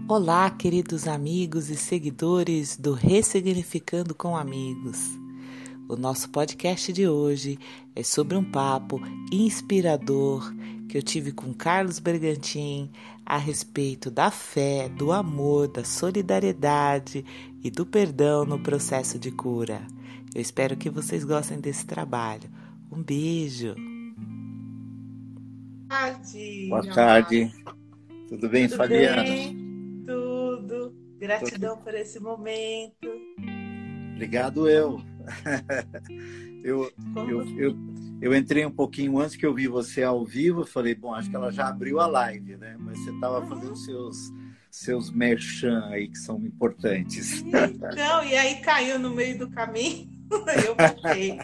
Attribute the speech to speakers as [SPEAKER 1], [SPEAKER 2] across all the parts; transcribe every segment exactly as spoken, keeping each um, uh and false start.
[SPEAKER 1] Olá, queridos amigos e seguidores do Ressignificando com Amigos. O nosso podcast de hoje é sobre um papo inspirador que eu tive com Carlos Bergantin a respeito da fé, do amor, da solidariedade e do perdão no processo de cura. Eu espero que vocês gostem desse trabalho. Um beijo!
[SPEAKER 2] Boa tarde,
[SPEAKER 3] Boa tarde. Tudo bem,
[SPEAKER 2] Tudo
[SPEAKER 3] Fabiana?
[SPEAKER 2] bem? Tudo. Gratidão
[SPEAKER 3] Tô-
[SPEAKER 2] por esse momento.
[SPEAKER 3] Obrigado, eu. Eu, eu,
[SPEAKER 2] Como-
[SPEAKER 3] eu, eu entrei um pouquinho antes que eu vi você ao vivo. Eu falei, bom, acho que ela já abriu a live, né? Mas você estava fazendo seus, seus merchan aí, que são importantes.
[SPEAKER 2] Então, e aí caiu no meio do caminho, eu voltei.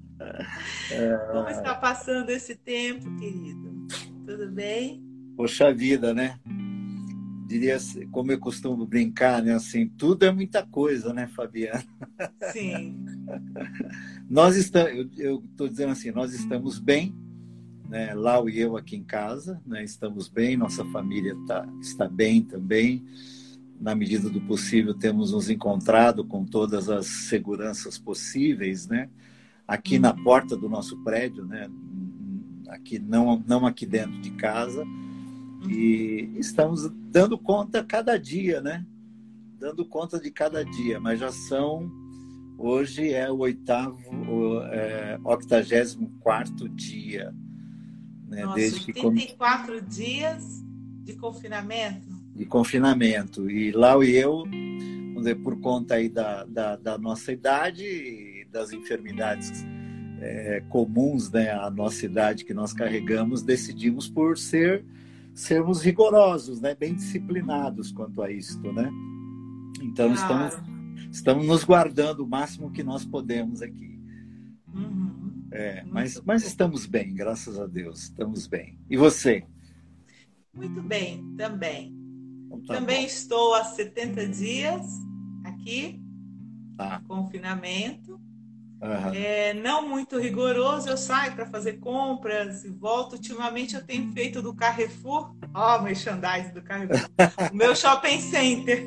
[SPEAKER 2] Como está passando esse tempo, querido? Tudo bem?
[SPEAKER 3] Poxa vida, né? Diria, assim, como eu costumo brincar, né? Assim, tudo é muita coisa, né, Fabiana?
[SPEAKER 2] Sim.
[SPEAKER 3] Nós estamos, eu estou dizendo assim, nós estamos bem, né? Lau e eu aqui em casa, né? Estamos bem, nossa família tá, está bem também. Na medida do possível, temos nos encontrado com todas as seguranças possíveis, né? Aqui na porta do nosso prédio, né? Aqui, não, não aqui dentro de casa. E estamos dando conta cada dia, né? Dando conta de cada dia, mas já são... Hoje é o oitavo, o é, octagésimo quarto dia, né?
[SPEAKER 2] Nossa,
[SPEAKER 3] Desde que
[SPEAKER 2] oitenta e quatro dias de confinamento.
[SPEAKER 3] de confinamento. E Lau e eu, vamos dizer, por conta aí da, da, da nossa idade e das enfermidades é, comuns, né, à nossa idade que nós carregamos, decidimos por ser sermos rigorosos, né, bem disciplinados quanto a isto, né? Então estamos
[SPEAKER 2] Claro.
[SPEAKER 3] estamos nos guardando o máximo que nós podemos aqui.
[SPEAKER 2] Uhum.
[SPEAKER 3] É,
[SPEAKER 2] Muito
[SPEAKER 3] mas
[SPEAKER 2] bom.
[SPEAKER 3] mas estamos bem, graças a Deus, estamos bem. E você?
[SPEAKER 2] Muito bem, também.
[SPEAKER 3] Então, tá
[SPEAKER 2] Também
[SPEAKER 3] bom.
[SPEAKER 2] estou há setenta dias aqui,
[SPEAKER 3] Tá.
[SPEAKER 2] de confinamento.
[SPEAKER 3] Aham.
[SPEAKER 2] É, não muito rigoroso, eu saio para fazer compras e volto. Ultimamente eu tenho feito do Carrefour, ó, oh, merchandising do Carrefour, o meu shopping center.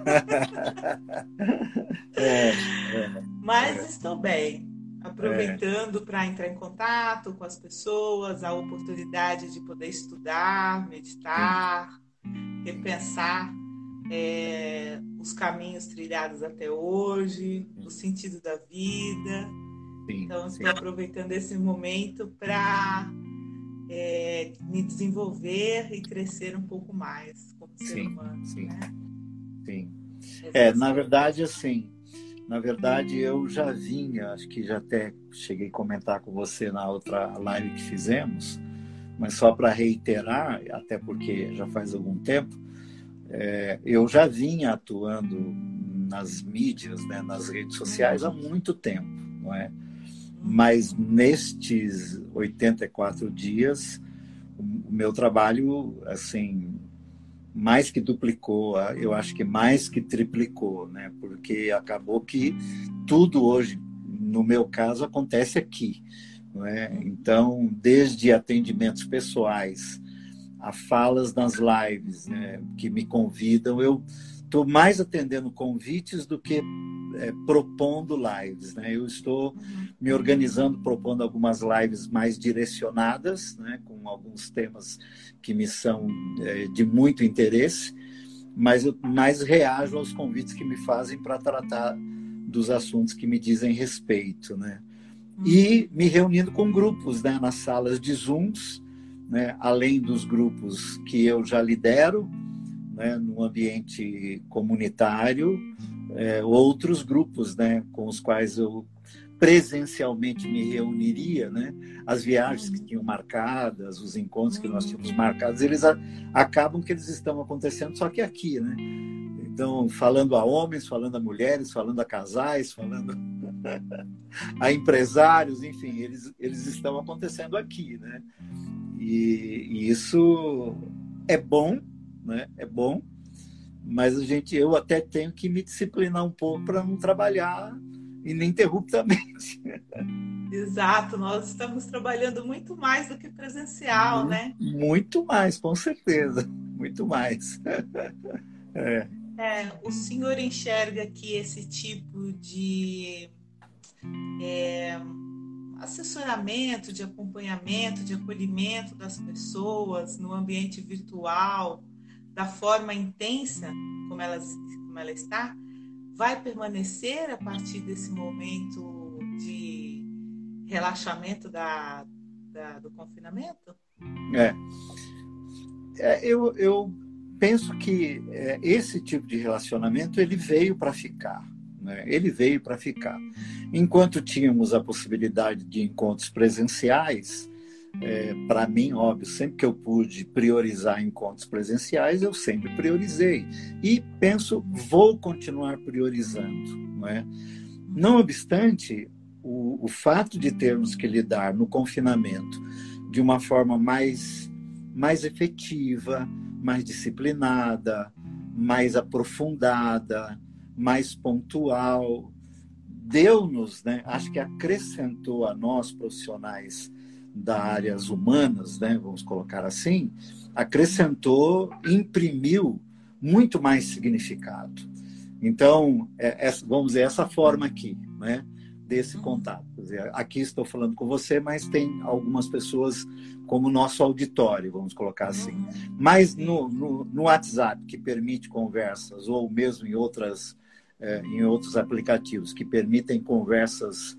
[SPEAKER 3] É,
[SPEAKER 2] Mas estou bem,
[SPEAKER 3] é,
[SPEAKER 2] aproveitando para entrar em contato com as pessoas, a oportunidade de poder estudar, meditar, repensar é, os caminhos trilhados até hoje, o sentido da vida.
[SPEAKER 3] sim,
[SPEAKER 2] Então,
[SPEAKER 3] sim,
[SPEAKER 2] estou aproveitando esse momento para é, me desenvolver e crescer um pouco mais como ser
[SPEAKER 3] sim,
[SPEAKER 2] humano.
[SPEAKER 3] sim,
[SPEAKER 2] Né?
[SPEAKER 3] sim.
[SPEAKER 2] Essa
[SPEAKER 3] É,
[SPEAKER 2] é
[SPEAKER 3] na
[SPEAKER 2] a-
[SPEAKER 3] verdade, assim, na verdade eu já vinha, acho que já até cheguei a comentar com você na outra live que fizemos, mas só para reiterar, até porque já faz algum tempo, é, eu já vinha atuando nas mídias, né, nas redes sociais há muito tempo, não é? Mas nestes oitenta e quatro dias, o o meu trabalho, assim, mais que duplicou, eu acho que mais que triplicou, né? Porque acabou que tudo hoje, no meu caso, acontece aqui, não é? Então, desde atendimentos pessoais a falas nas lives, né, que me convidam, eu estou mais atendendo convites do que é, propondo lives, né? Eu estou me organizando, propondo algumas lives mais direcionadas, né, com alguns temas que me são é, de muito interesse, mas eu mais reajo aos convites que me fazem para tratar dos assuntos que me dizem respeito, né? E me reunindo com grupos, né, nas salas de Zooms, né, além dos grupos que eu já lidero, né, no ambiente comunitário, é, outros grupos, né, com os quais eu presencialmente me reuniria, né, as viagens que tinham marcadas, os encontros que nós tínhamos marcados, eles a, acabam que eles estão acontecendo só que aqui, né? Então, falando a homens, falando a mulheres, falando a casais, falando a empresários, enfim, eles, eles estão acontecendo aqui, né? E, e isso é bom, né? É bom, mas a gente, eu até tenho que me disciplinar um pouco para não trabalhar ininterruptamente.
[SPEAKER 2] Exato, nós estamos trabalhando muito mais do que presencial,
[SPEAKER 3] Muito,
[SPEAKER 2] né?
[SPEAKER 3] muito mais, com certeza, muito mais. É.
[SPEAKER 2] É, o senhor enxerga que esse tipo de é, assessoramento, de acompanhamento, de acolhimento das pessoas no ambiente virtual, da forma intensa como ela, como ela está, vai permanecer a partir desse momento de relaxamento da, da, do confinamento?
[SPEAKER 3] É. É, eu, eu penso que é, esse tipo de relacionamento ele veio para ficar, né? Ele veio para ficar. Enquanto tínhamos a possibilidade de encontros presenciais, é, para mim, óbvio, sempre que eu pude priorizar encontros presenciais, eu sempre priorizei. E penso, vou continuar priorizando, não é? Não obstante, o, o fato de termos que lidar no confinamento de uma forma mais, mais efetiva, mais disciplinada, mais aprofundada, mais pontual, deu-nos, né, acho que acrescentou a nós, profissionais das áreas humanas, né, vamos colocar assim, acrescentou, imprimiu muito mais significado. Então, é, é, vamos dizer, essa forma aqui, né, desse contato. Quer dizer, aqui estou falando com você, mas tem algumas pessoas como nosso auditório, vamos colocar assim. Mas no, no, no WhatsApp, que permite conversas, ou mesmo em, outras, é, em outros aplicativos que permitem conversas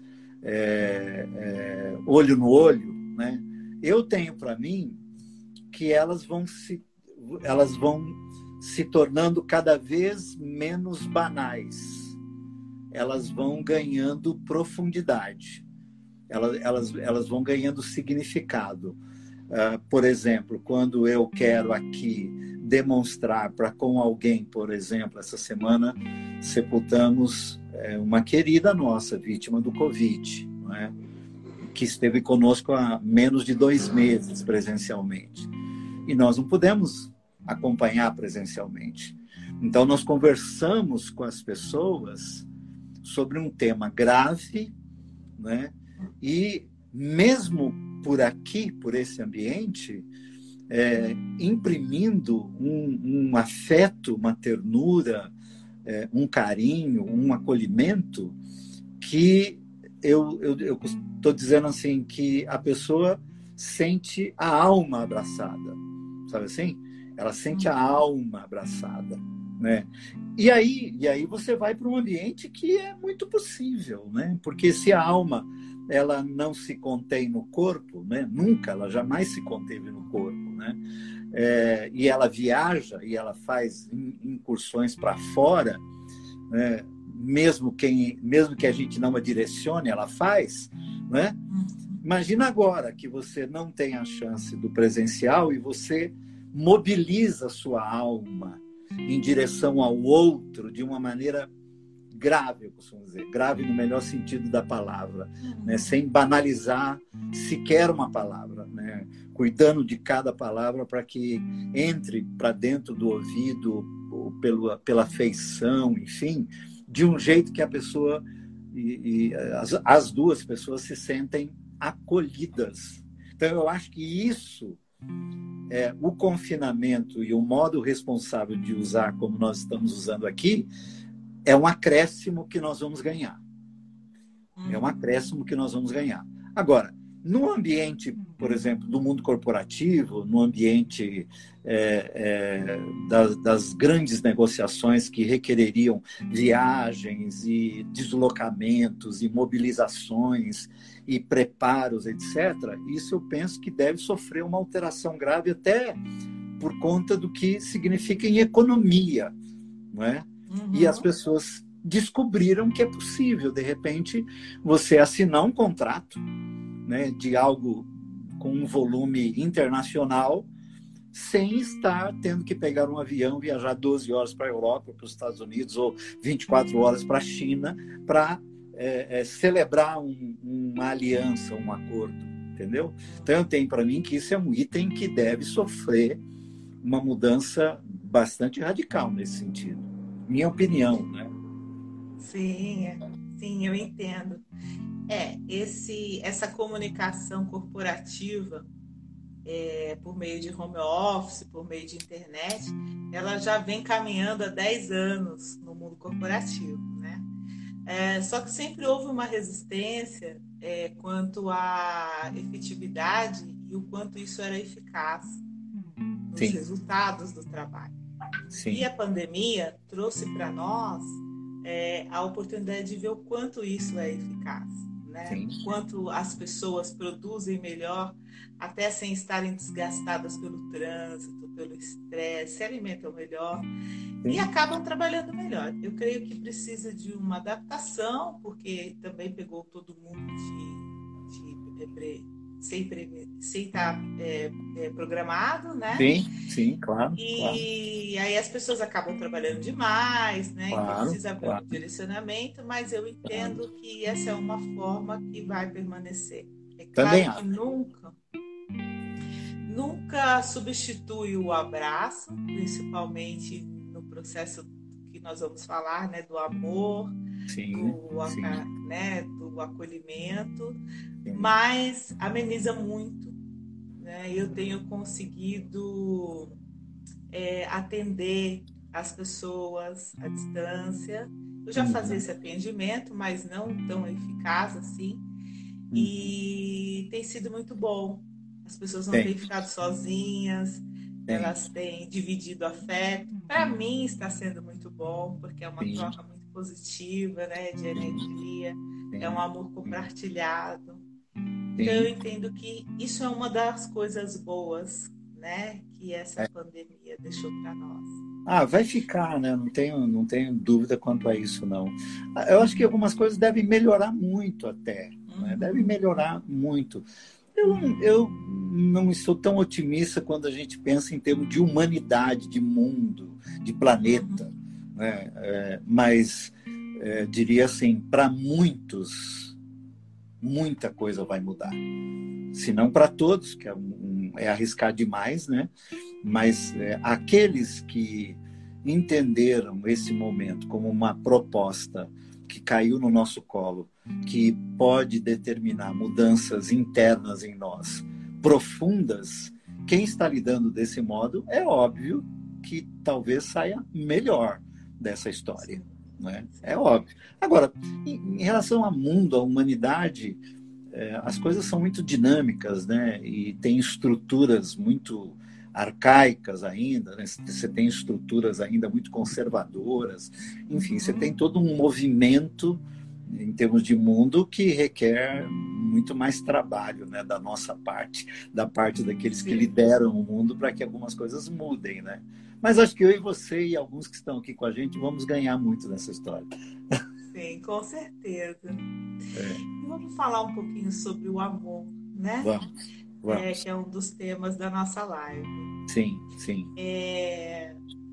[SPEAKER 3] é, é, olho no olho, né, eu tenho para mim que elas vão se, elas vão se tornando cada vez menos banais. Elas vão ganhando profundidade, elas, elas, elas vão ganhando significado. Uh, por exemplo, quando eu quero aqui demonstrar para com alguém, por exemplo, essa semana sepultamos é, uma querida nossa, vítima do Covid, não é? Que esteve conosco há menos de dois meses presencialmente. E nós não pudemos acompanhar presencialmente. Então, nós conversamos com as pessoas sobre um tema grave, né? E mesmo por aqui, por esse ambiente, é, imprimindo um, um afeto, uma ternura, é, um carinho, um acolhimento, que eu estou dizendo assim, que a pessoa sente a alma abraçada, sabe assim? Ela sente a alma abraçada, né? E aí, e aí você vai para um ambiente que é muito possível, né? Porque se a alma ela não se contém no corpo, né? Nunca, ela jamais se conteve no corpo, né? É, e ela viaja e ela faz incursões para fora, né? mesmo, quem, mesmo que a gente não a direcione, ela faz, né? Imagina agora que você não tem a chance do presencial e você mobiliza a sua alma em direção ao outro de uma maneira grave, eu costumo dizer, grave no melhor sentido da palavra, né? Sem banalizar sequer uma palavra, né? Cuidando de cada palavra para que entre para dentro do ouvido, ou pela, pela feição, enfim, de um jeito que a pessoa e, e as, as duas pessoas se sentem acolhidas. Então, eu acho que isso é o confinamento e o modo responsável de usar como nós estamos usando aqui é um acréscimo que nós vamos ganhar. É um acréscimo que nós vamos ganhar. Agora, no ambiente, por exemplo, do mundo corporativo, no ambiente é, é, das, das grandes negociações que requereriam viagens e deslocamentos e mobilizações e preparos, etcétera, isso eu penso que deve sofrer uma alteração grave até por conta do que significa em economia, não é? Uhum. E as pessoas descobriram que é possível, de repente, você assinar um contrato, né, de algo com um volume internacional, sem estar tendo que pegar um avião, viajar doze horas para a Europa, para os Estados Unidos, ou vinte e quatro horas para a China, para é, é, celebrar um, uma aliança, um acordo, entendeu? Então, eu tenho para mim que isso é um item que deve sofrer uma mudança bastante radical nesse sentido. Minha opinião, né?
[SPEAKER 2] Sim, sim, eu entendo. É, esse, essa comunicação corporativa é, por meio de home office, por meio de internet, ela já vem caminhando há dez anos no mundo corporativo, né? É, só que sempre houve uma resistência é, quanto à efetividade e o quanto isso era eficaz nos Sim. resultados do trabalho. Sim. E a pandemia trouxe para nós é, a oportunidade de ver o quanto isso é eficaz, né? O quanto as pessoas produzem melhor, até sem estarem desgastadas pelo trânsito, pelo estresse, se alimentam melhor Sim. e acabam trabalhando melhor. Eu creio que precisa de uma adaptação, porque também pegou todo mundo de, de, de sem, sem estar é, é, programado, né?
[SPEAKER 3] Sim, sim, claro.
[SPEAKER 2] E
[SPEAKER 3] claro.
[SPEAKER 2] aí as pessoas acabam trabalhando demais, né?
[SPEAKER 3] Claro,
[SPEAKER 2] então precisa haver
[SPEAKER 3] claro.
[SPEAKER 2] um direcionamento, mas eu entendo claro. que essa é uma forma que vai permanecer. É claro
[SPEAKER 3] Também
[SPEAKER 2] que nunca, nunca substitui o abraço, principalmente no processo que nós vamos falar, né? Do amor,
[SPEAKER 3] sim,
[SPEAKER 2] do,
[SPEAKER 3] sim.
[SPEAKER 2] Né? do acolhimento, sim. mas ameniza muito. Né? Eu tenho conseguido é, atender as pessoas à distância. Eu já fazia uhum. esse atendimento, mas não tão eficaz assim. Uhum. E tem sido muito bom. As pessoas não Sim. têm ficado sozinhas, Sim. elas têm dividido afeto. Para mim está sendo muito bom, porque é uma Sim. troca muito positiva, né, de energia, Sim. é um amor compartilhado. Então eu entendo que isso é uma das coisas boas, né, que essa é. pandemia deixou para nós.
[SPEAKER 3] Ah, vai ficar, né? Não tenho, não tenho dúvida quanto a isso, não. Eu acho que algumas coisas devem melhorar muito até, uhum. né? Devem melhorar muito. Eu, eu não estou tão otimista quando a gente pensa em termos de humanidade, de mundo, de planeta, uhum. né? É, mas é, diria assim, para muitos, muita coisa vai mudar. Se não para todos, que é, um, é arriscar demais, né? Mas é, aqueles que entenderam esse momento como uma proposta que caiu no nosso colo, que pode determinar mudanças internas em nós, profundas, quem está lidando desse modo, é óbvio que talvez saia melhor dessa história. Né? É óbvio. Agora, em, em relação ao mundo, à humanidade, é, as coisas são muito dinâmicas, né? E tem estruturas muito arcaicas ainda, né? Você tem estruturas ainda muito conservadoras, enfim, você tem todo um movimento em termos de mundo que requer muito mais trabalho, né, da nossa parte, da parte daqueles que lideram o mundo para que algumas coisas mudem, né? Mas acho que eu e você e alguns que estão aqui com a gente vamos ganhar muito nessa história.
[SPEAKER 2] Sim, com certeza. É. E vamos falar um pouquinho sobre o amor, né?
[SPEAKER 3] Vamos. Vamos.
[SPEAKER 2] É, que é um dos temas da nossa live.
[SPEAKER 3] Sim, sim.
[SPEAKER 2] É,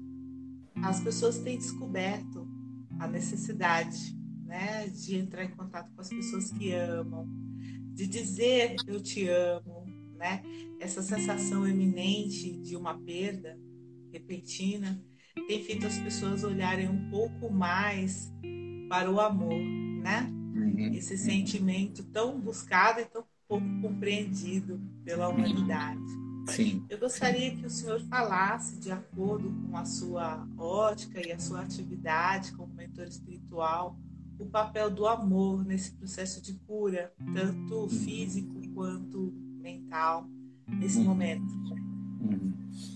[SPEAKER 2] as pessoas têm descoberto a necessidade, né, de entrar em contato com as pessoas que amam, de dizer eu te amo, né? Essa sensação iminente de uma perda repentina tem feito as pessoas olharem um pouco mais para o amor, né? Uhum. Esse sentimento tão buscado e tão pouco compreendido pela humanidade.
[SPEAKER 3] Sim.
[SPEAKER 2] Eu gostaria sim. que o senhor falasse, de acordo com a sua ótica e a sua atividade como mentor espiritual, o papel do amor nesse processo de cura, tanto físico quanto mental, nesse uhum. momento.
[SPEAKER 3] Uhum.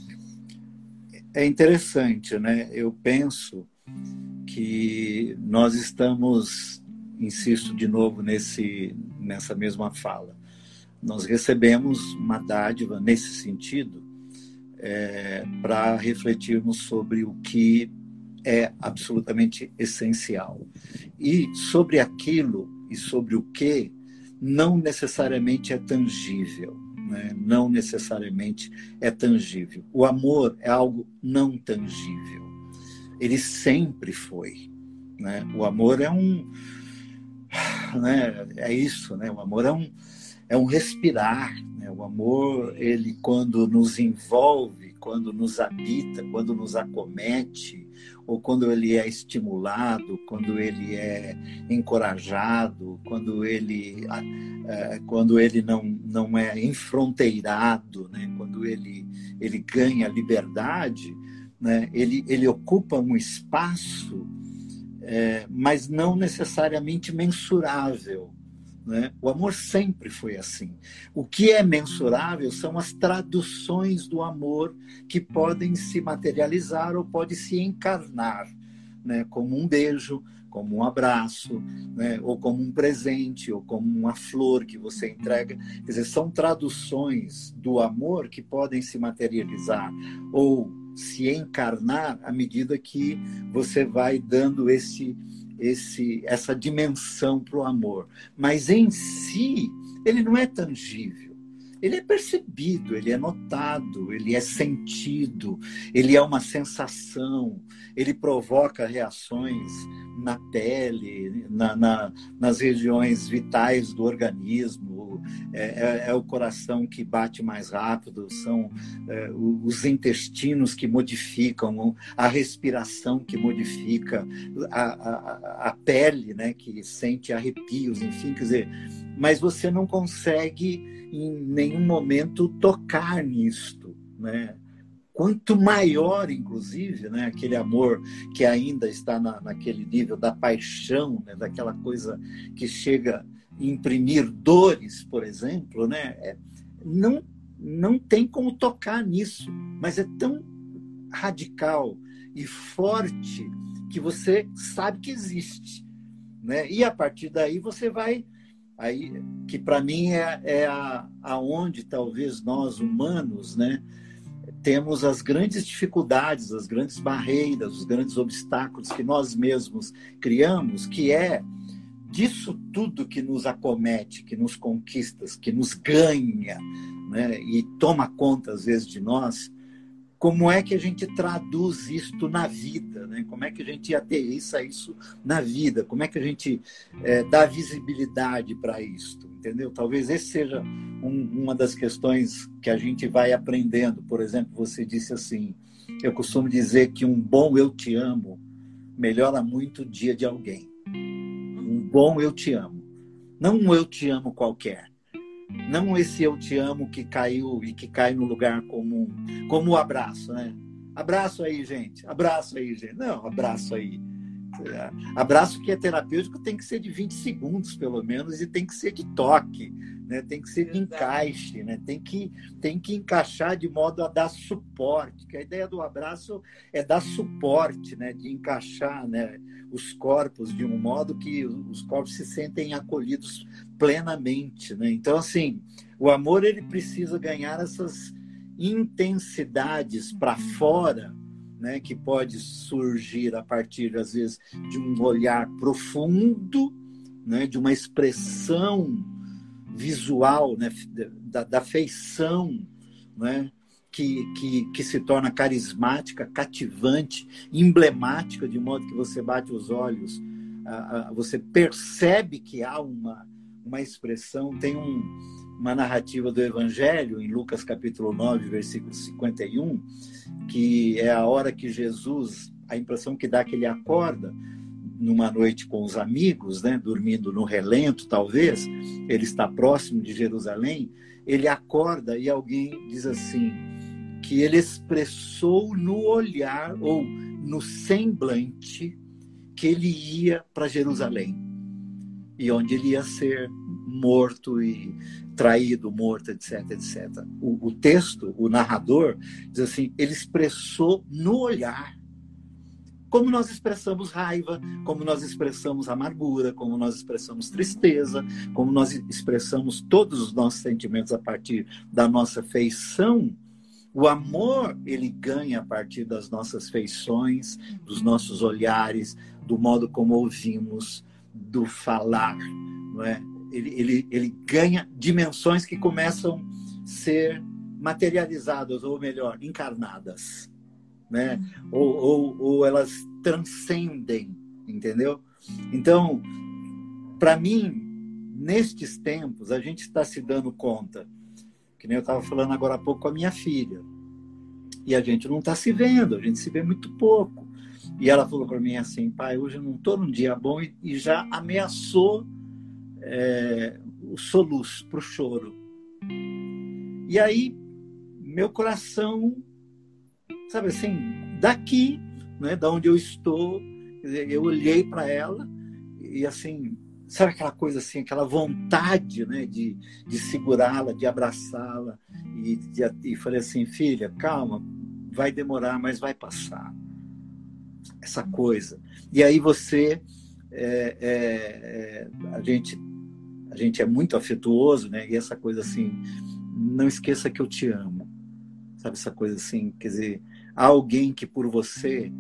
[SPEAKER 3] É interessante, né? Eu penso que nós estamos, insisto de novo nesse, nessa mesma fala, nós recebemos uma dádiva nesse sentido é, para refletirmos sobre o que é absolutamente essencial. E sobre aquilo e sobre o que não necessariamente é tangível, né? Não necessariamente é tangível. O amor é algo não tangível. Ele sempre foi. Né? O amor é um... Né? É isso, né? O amor é um, é um respirar. Né? O amor, ele quando nos envolve, quando nos habita, quando nos acomete, ou quando ele é estimulado, quando ele é encorajado, quando ele, é, quando ele não, não é enfronteirado, né? Quando ele, ele ganha liberdade, né? Ele, ele ocupa um espaço, é, mas não necessariamente mensurável, né? O amor sempre foi assim. O que é mensurável são as traduções do amor que podem se materializar ou podem se encarnar, né? Como um beijo, como um abraço, né? Ou como um presente, ou como uma flor que você entrega. Quer dizer, são traduções do amor que podem se materializar ou se encarnar à medida que você vai dando esse, esse, essa dimensão para o amor. Mas em si, ele não é tangível. Ele é percebido, ele é notado, ele é sentido, ele é uma sensação, ele provoca reações na pele, na, na, nas regiões vitais do organismo, é, é, é o coração que bate mais rápido, são é, os intestinos que modificam, a respiração que modifica, a, a, a pele, né, que sente arrepios, enfim, quer dizer, mas você não consegue em nenhum momento tocar nisto, né? Quanto maior, inclusive, né, aquele amor que ainda está na, naquele nível da paixão, né, daquela coisa que chega a imprimir dores, por exemplo, né, é, não, não tem como tocar nisso, mas é tão radical e forte que você sabe que existe, né? E a partir daí você vai... Aí, que para mim é, é a, aonde talvez nós humanos, né, temos as grandes dificuldades, as grandes barreiras, os grandes obstáculos que nós mesmos criamos, que é disso tudo que nos acomete, que nos conquista, que nos ganha, né, e toma conta às vezes de nós. Como é que a gente traduz isto na vida, né? Como é que a gente aterrissa isso na vida? Como é que a gente é, dá visibilidade para isto? Entendeu? Talvez esse seja um, uma das questões que a gente vai aprendendo. Por exemplo, você disse assim, eu costumo dizer que um bom eu te amo melhora muito o dia de alguém. Um bom eu te amo. Não um eu te amo qualquer. Não esse eu te amo que caiu e que cai no lugar comum, como o abraço, né? Abraço aí, gente. Abraço aí, gente. Não, abraço aí. Abraço que é terapêutico tem que ser de vinte segundos, pelo menos, e tem que ser de toque, né? Tem que ser de encaixe, né? Tem que, tem que encaixar de modo a dar suporte, que a ideia do abraço é dar suporte, né? De encaixar, né, os corpos de um modo que os corpos se sentem acolhidos plenamente, né? Então, assim, o amor ele precisa ganhar essas intensidades para fora, né, que pode surgir a partir, às vezes, de um olhar profundo, né, de uma expressão visual, né, da, da feição, né, que, que, que se torna carismática, cativante, emblemática, de modo que você bate os olhos, a, a, você percebe que há uma, uma expressão. Tem um, uma narrativa do Evangelho, em Lucas capítulo nove, versículo cinquenta e um, que é a hora que Jesus, a impressão que dá que ele acorda numa noite com os amigos, né, dormindo no relento, talvez, ele está próximo de Jerusalém, ele acorda e alguém diz assim, que ele expressou no olhar ou no semblante que ele ia para Jerusalém, e onde ele ia ser morto e traído, morto, etc, etcétera. O, o texto, o narrador, diz assim, ele expressou no olhar, como nós expressamos raiva, como nós expressamos amargura, como nós expressamos tristeza, como nós expressamos todos os nossos sentimentos a partir da nossa feição. O amor, ele ganha a partir das nossas feições, dos nossos olhares, do modo como ouvimos, do falar, não é? Ele, ele, ele ganha dimensões que começam a ser materializadas, ou melhor, encarnadas, né? Ou, ou, ou elas transcendem, entendeu? Então, para mim, nestes tempos, a gente está se dando conta, que nem eu estava falando agora há pouco com a minha filha, e a gente não está se vendo, a gente se vê muito pouco. E ela falou para mim assim, pai, hoje eu não estou num dia bom, e, e já ameaçou é, o soluço para o choro. E aí, meu coração, sabe assim, daqui, né, da onde eu estou, quer dizer, eu olhei para ela e assim, sabe aquela coisa assim, aquela vontade, né, de, de segurá-la, de abraçá-la, e, de, e falei assim, filha, calma, vai demorar, mas vai passar. Essa coisa. E aí você, é, é, é, a gente, a gente é muito afetuoso, né, e essa coisa assim, não esqueça que eu te amo. Sabe, essa coisa assim, quer dizer, há alguém que por você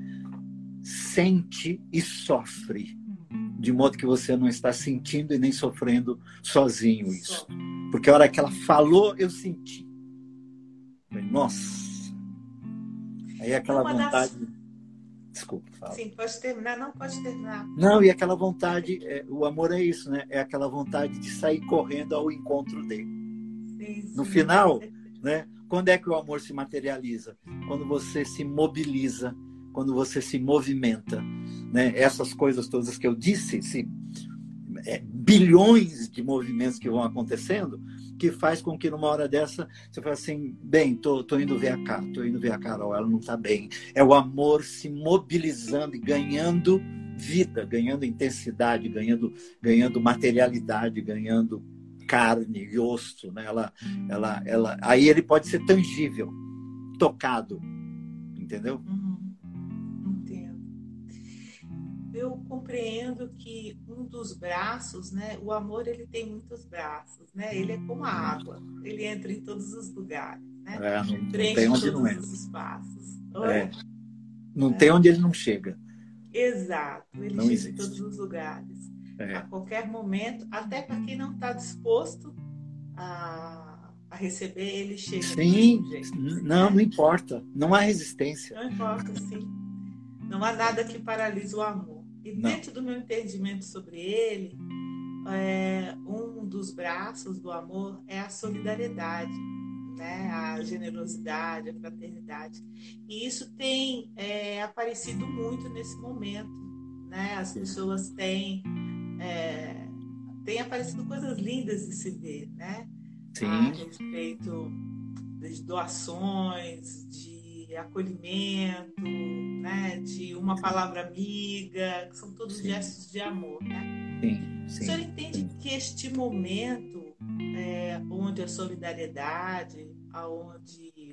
[SPEAKER 3] sente e sofre, de modo que você não está sentindo e nem sofrendo sozinho isso. Porque a hora que ela falou, eu senti. Falei, nossa. Aí aquela
[SPEAKER 2] Uma
[SPEAKER 3] vontade...
[SPEAKER 2] das...
[SPEAKER 3] Desculpa, fala.
[SPEAKER 2] Sim, pode terminar. Não, pode terminar.
[SPEAKER 3] Não, e aquela vontade, é, o amor é isso, né? É aquela vontade de sair correndo ao encontro dele.
[SPEAKER 2] Sim, sim.
[SPEAKER 3] No final, né? Quando é que o amor se materializa? Quando você se mobiliza, quando você se movimenta, né? Essas coisas todas que eu disse, se, é, bilhões de movimentos que vão acontecendo, que faz com que numa hora dessa você fale assim, bem, tô, tô indo ver a Carol, tô indo ver a Carol, ela não está bem. É o amor se mobilizando e ganhando vida, ganhando intensidade, ganhando, ganhando materialidade, ganhando carne e osso, né? Ela, ela, ela, aí ele pode ser tangível, tocado, entendeu?
[SPEAKER 2] Uhum. Entendo. Eu compreendo que um dos braços, né? O amor, ele tem muitos braços, né? Ele é como a água, ele entra em todos os lugares, né?
[SPEAKER 3] É, não, não
[SPEAKER 2] Preenche
[SPEAKER 3] tem onde
[SPEAKER 2] todos
[SPEAKER 3] não é.
[SPEAKER 2] os espaços.
[SPEAKER 3] É, não
[SPEAKER 2] é.
[SPEAKER 3] tem onde ele não chega.
[SPEAKER 2] Exato, ele
[SPEAKER 3] não
[SPEAKER 2] chega
[SPEAKER 3] existe.
[SPEAKER 2] em todos os lugares.
[SPEAKER 3] É.
[SPEAKER 2] A qualquer momento, até para quem não está disposto a, a receber, ele chega.
[SPEAKER 3] Sim,
[SPEAKER 2] jeito,
[SPEAKER 3] não,
[SPEAKER 2] né?
[SPEAKER 3] não importa. Não há resistência.
[SPEAKER 2] Não importa, sim. Não há nada que paralise o amor. E
[SPEAKER 3] não.
[SPEAKER 2] Dentro do meu entendimento sobre ele, é, um dos braços do amor é a solidariedade, né? A generosidade, a fraternidade. E isso tem é, aparecido muito nesse momento, né? As pessoas têm, é, têm aparecido coisas lindas de se ver, né?
[SPEAKER 3] Sim.
[SPEAKER 2] A respeito de doações, de acolhimento, né? De uma palavra amiga, que são todos
[SPEAKER 3] Sim.
[SPEAKER 2] gestos de amor, né?
[SPEAKER 3] Sim, sim,
[SPEAKER 2] o senhor entende
[SPEAKER 3] sim.
[SPEAKER 2] que este momento é, onde a solidariedade, onde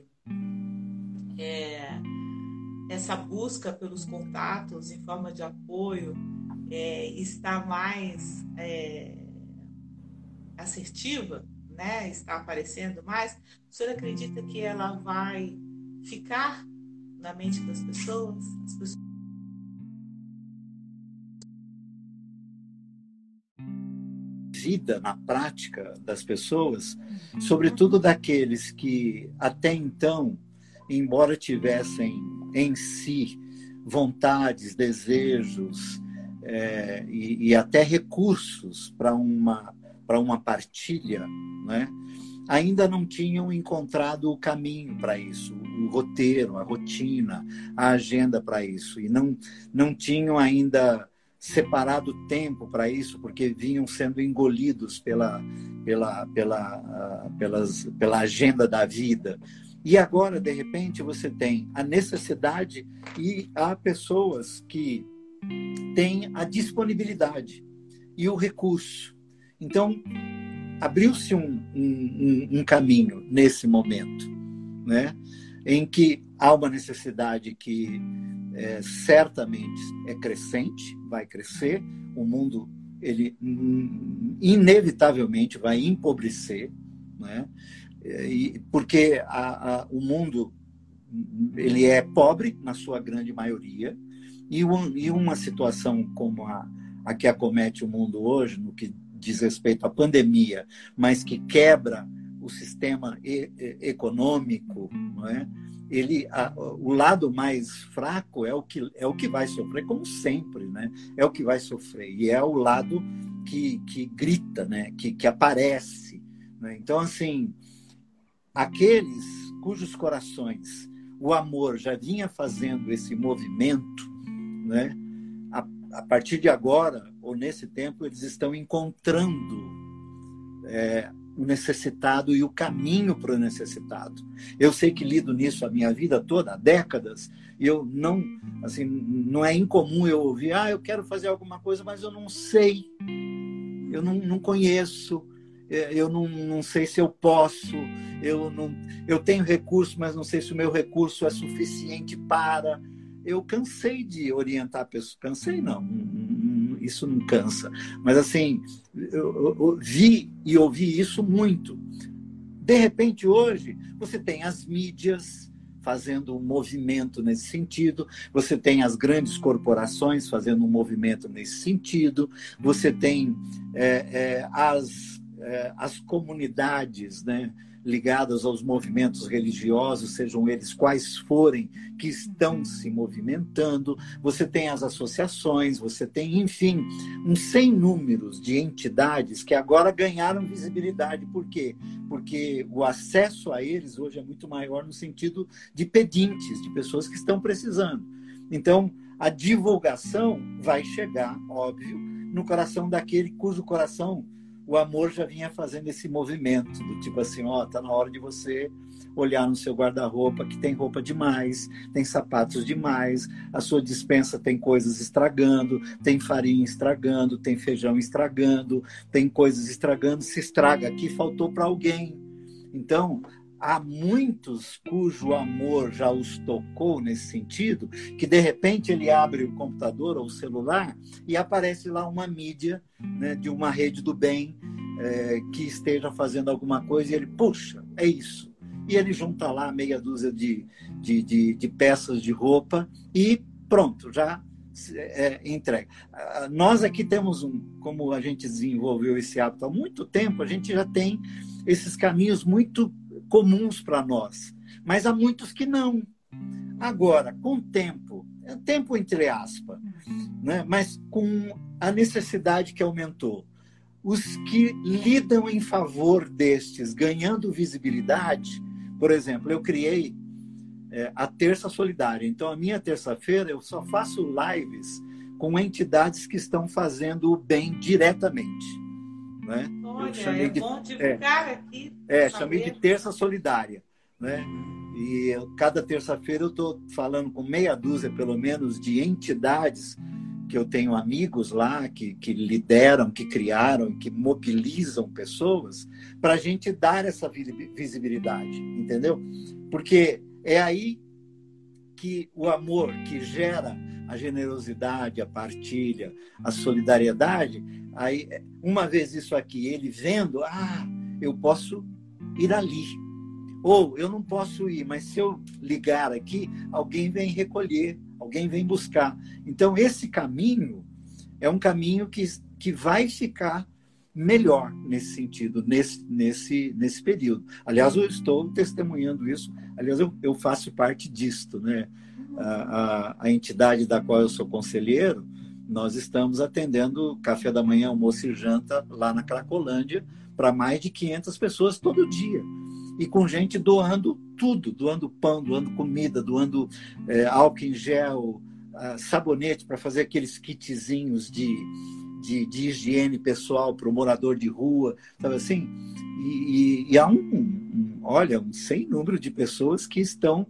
[SPEAKER 2] é, essa busca pelos contatos em forma de apoio é, está mais é, assertiva, né? Está aparecendo mais, o senhor acredita que ela vai ficar na mente das pessoas? As pessoas
[SPEAKER 3] vida na prática das pessoas, sobretudo daqueles que até então, embora tivessem em si vontades, desejos é, e, e até recursos para uma, para uma partilha, né? Ainda não tinham encontrado o caminho para isso, o roteiro, a rotina, a agenda para isso, e não, não tinham ainda separado tempo para isso, porque vinham sendo engolidos pela, pela, pela, uh, pelas, pela agenda da vida. E agora, de repente, você tem a necessidade e há pessoas que têm a disponibilidade e o recurso. Então, abriu-se um, um, um caminho nesse momento, né? Em que há uma necessidade que é, certamente é crescente, vai crescer, o mundo ele inevitavelmente vai empobrecer, né? E, porque a, a, o mundo ele é pobre na sua grande maioria, e, um, e uma situação como a, a que acomete o mundo hoje, no que diz respeito à pandemia, mas que quebra o sistema e, e, econômico, não é? Ele, a, o lado mais fraco é o, que, é o que vai sofrer, como sempre, né? É o que vai sofrer, e é o lado que, que grita, né? que, que aparece. Né? Então, assim, aqueles cujos corações o amor já vinha fazendo esse movimento, né? a, a partir de agora, ou nesse tempo, eles estão encontrando é, o necessitado e o caminho para o necessitado. Eu sei que lido nisso a minha vida toda, há décadas, e eu não, assim, não é incomum eu ouvir, ah, eu quero fazer alguma coisa, mas eu não sei, eu não, não conheço, eu não, não sei se eu posso, eu, não, eu tenho recurso, mas não sei se o meu recurso é suficiente para... Eu cansei de orientar pessoas, cansei não, isso não cansa, mas assim, eu, eu vi e ouvi isso muito. De repente, hoje, você tem as mídias fazendo um movimento nesse sentido, você tem as grandes corporações fazendo um movimento nesse sentido, você tem é, é, as, é, as comunidades, né, ligadas aos movimentos religiosos, sejam eles quais forem, que estão se movimentando, você tem as associações, você tem, enfim, um sem números de entidades que agora ganharam visibilidade. Por quê? Porque o acesso a eles hoje é muito maior no sentido de pedintes, de pessoas que estão precisando. Então, a divulgação vai chegar, óbvio, no coração daquele cujo coração o amor já vinha fazendo esse movimento, do tipo assim, ó, tá na hora de você olhar no seu guarda-roupa, que tem roupa demais, tem sapatos demais, a sua despensa tem coisas estragando, tem farinha estragando, tem feijão estragando, tem coisas estragando, se estraga aqui, faltou para alguém. Então, há muitos cujo amor já os tocou nesse sentido, que de repente ele abre o computador ou o celular e aparece lá uma mídia, né, de uma rede do bem é, que esteja fazendo alguma coisa e ele, puxa, é isso. E ele junta lá meia dúzia de, de, de, de peças de roupa e pronto, já é, entrega. Nós aqui temos um, como a gente desenvolveu esse hábito há muito tempo, a gente já tem esses caminhos muito comuns para nós, mas há muitos que não. Agora, com o tempo, tempo entre aspas, né? Mas com a necessidade que aumentou, os que lidam em favor destes, ganhando visibilidade, por exemplo, eu criei é, a Terça Solidária. Então, a minha terça-feira eu só faço lives com entidades que estão fazendo o bem diretamente. Né?
[SPEAKER 2] Olha,
[SPEAKER 3] eu chamei
[SPEAKER 2] é
[SPEAKER 3] de,
[SPEAKER 2] bom divulgar
[SPEAKER 3] é,
[SPEAKER 2] aqui.
[SPEAKER 3] É, chamei de Terça Solidária. Né? E eu, cada terça-feira eu estou falando com meia dúzia, pelo menos, de entidades que eu tenho amigos lá, que, que lideram, que criaram, que mobilizam pessoas, para a gente dar essa visibilidade, entendeu? Porque é aí que o amor que gera a generosidade, a partilha, a solidariedade, aí, uma vez isso aqui, ele vendo, ah, eu posso ir ali. Ou eu não posso ir, mas se eu ligar aqui, alguém vem recolher, alguém vem buscar. Então, esse caminho é um caminho que, que vai ficar melhor nesse sentido, nesse, nesse, nesse período. Aliás, eu estou testemunhando isso. Aliás, eu, eu faço parte disto, né? A, a, a entidade da qual eu sou conselheiro, nós estamos atendendo café da manhã, almoço e janta lá na Cracolândia para mais de quinhentas pessoas todo dia. E com gente doando tudo, doando pão, doando comida, doando é, álcool em gel, uh, sabonete para fazer aqueles kitzinhos de, de, de higiene pessoal para o morador de rua, sabe assim? E, e, e há um, um, olha, um sem número de pessoas que estão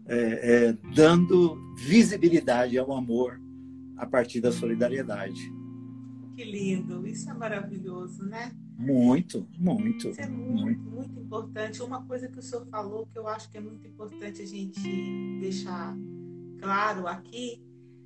[SPEAKER 3] é, é, dando visibilidade ao amor a partir da solidariedade.
[SPEAKER 2] Que lindo, isso é maravilhoso, né?
[SPEAKER 3] Muito, muito.
[SPEAKER 2] Isso é muito, muito, muito importante. Uma coisa que o senhor falou que eu acho que é muito importante a gente deixar claro aqui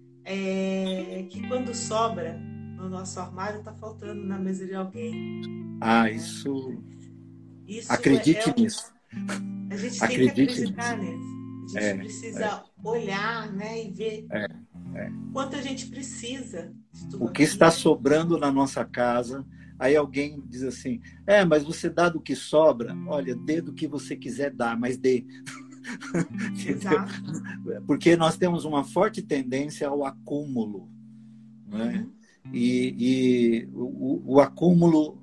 [SPEAKER 2] é que quando sobra no nosso armário está faltando na mesa de alguém.
[SPEAKER 3] Ah, isso.
[SPEAKER 2] isso
[SPEAKER 3] Acredite
[SPEAKER 2] é, é um...
[SPEAKER 3] nisso.
[SPEAKER 2] A gente
[SPEAKER 3] Acredite
[SPEAKER 2] tem que acreditar
[SPEAKER 3] nisso.
[SPEAKER 2] nisso. A gente
[SPEAKER 3] é,
[SPEAKER 2] precisa
[SPEAKER 3] é.
[SPEAKER 2] olhar, né, e ver
[SPEAKER 3] é, é.
[SPEAKER 2] quanto a gente precisa de tudo
[SPEAKER 3] o que
[SPEAKER 2] aquilo.
[SPEAKER 3] Está sobrando na nossa casa. Aí alguém diz assim, é, mas você dá do que sobra? Olha, dê do que você quiser dar, mas dê.
[SPEAKER 2] Exato.
[SPEAKER 3] Porque nós temos uma forte tendência ao acúmulo. Né? Uhum. E, e o, o acúmulo,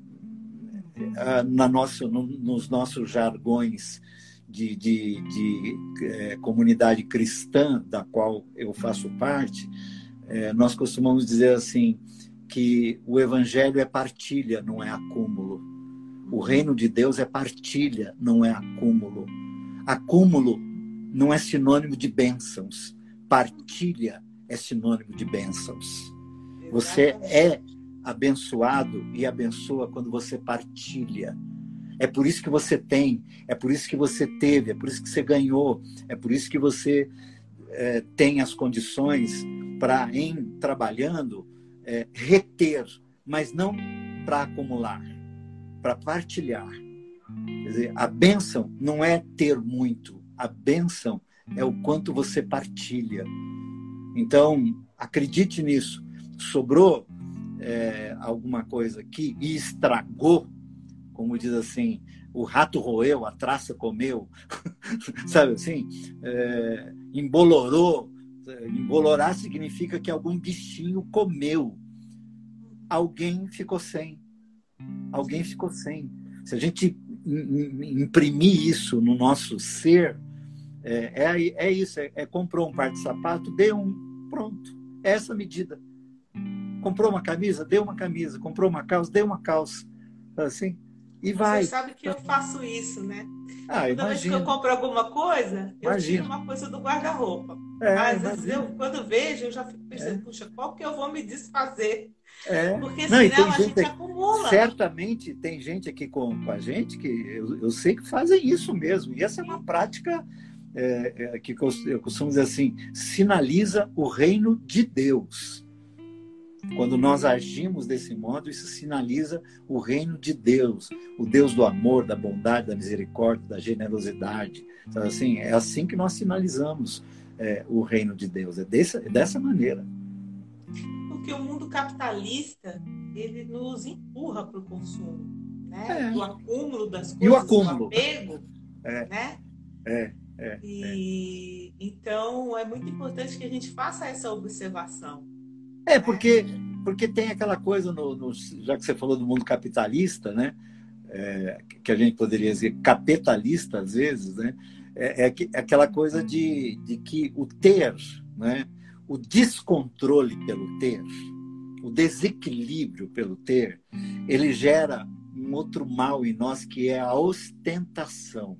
[SPEAKER 3] na nossa, no, nos nossos jargões de, de, de é, comunidade cristã, da qual eu faço parte, é, nós costumamos dizer assim, que o evangelho é partilha, não é acúmulo. O reino de Deus é partilha, não é acúmulo. Acúmulo não é sinônimo de bênçãos. Partilha é sinônimo de bênçãos. Você é abençoado e abençoa quando você partilha. É por isso que você tem, é por isso que você teve, é por isso que você ganhou, é por isso que você é, tem as condições para, em trabalhando, é, reter, mas não para acumular, para partilhar. Quer dizer, a bênção não é ter muito, a bênção é o quanto você partilha. Então, acredite nisso. Sobrou é, alguma coisa aqui e estragou, como diz assim, o rato roeu, a traça comeu, sabe assim? É, embolorou. Embolorar significa que algum bichinho comeu. Alguém ficou sem. Alguém ficou sem. Se a gente imprimir isso no nosso ser, é, é, é isso. É, é comprou um par de sapato, dê um, pronto. É essa medida. Comprou uma camisa, dê uma camisa. Comprou uma calça, dê uma calça. Assim, e vai.
[SPEAKER 2] Você sabe que eu faço isso, né?
[SPEAKER 3] Ah,
[SPEAKER 2] Toda
[SPEAKER 3] imagina.
[SPEAKER 2] vez que eu compro alguma coisa, eu
[SPEAKER 3] Imagina.
[SPEAKER 2] tiro uma coisa do guarda-roupa.
[SPEAKER 3] É,
[SPEAKER 2] Às vezes,
[SPEAKER 3] imagina.
[SPEAKER 2] eu, quando vejo, eu já fico pensando,
[SPEAKER 3] É.
[SPEAKER 2] puxa, qual que eu vou me desfazer?
[SPEAKER 3] É.
[SPEAKER 2] Porque
[SPEAKER 3] Não, e tem
[SPEAKER 2] senão a
[SPEAKER 3] gente
[SPEAKER 2] gente
[SPEAKER 3] aqui-
[SPEAKER 2] acumula.
[SPEAKER 3] Certamente tem gente aqui com, com a gente que eu, eu sei que fazem isso mesmo. E essa é uma prática é, é, que eu, eu costumo dizer assim, sinaliza o reino de Deus. Quando nós agimos desse modo, isso sinaliza o reino de Deus, o Deus do amor, da bondade, da misericórdia, da generosidade. Então, assim, é assim que nós sinalizamos é, o reino de Deus, é, desse, é dessa maneira.
[SPEAKER 2] Porque o mundo capitalista, ele nos empurra para o consumo, né?
[SPEAKER 3] É.
[SPEAKER 2] Do acúmulo das coisas,
[SPEAKER 3] E o acúmulo?
[SPEAKER 2] do apego,
[SPEAKER 3] É.
[SPEAKER 2] né?
[SPEAKER 3] É, é,
[SPEAKER 2] E então é muito importante que a gente faça essa observação.
[SPEAKER 3] É, porque, porque tem aquela coisa, no, no- já que você falou do mundo capitalista, né? É, que a gente poderia dizer capitalista às vezes, né? É, é que- é aquela coisa de, de que o ter, né? O descontrole pelo ter, o desequilíbrio pelo ter, ele gera um outro mal em nós que é a ostentação,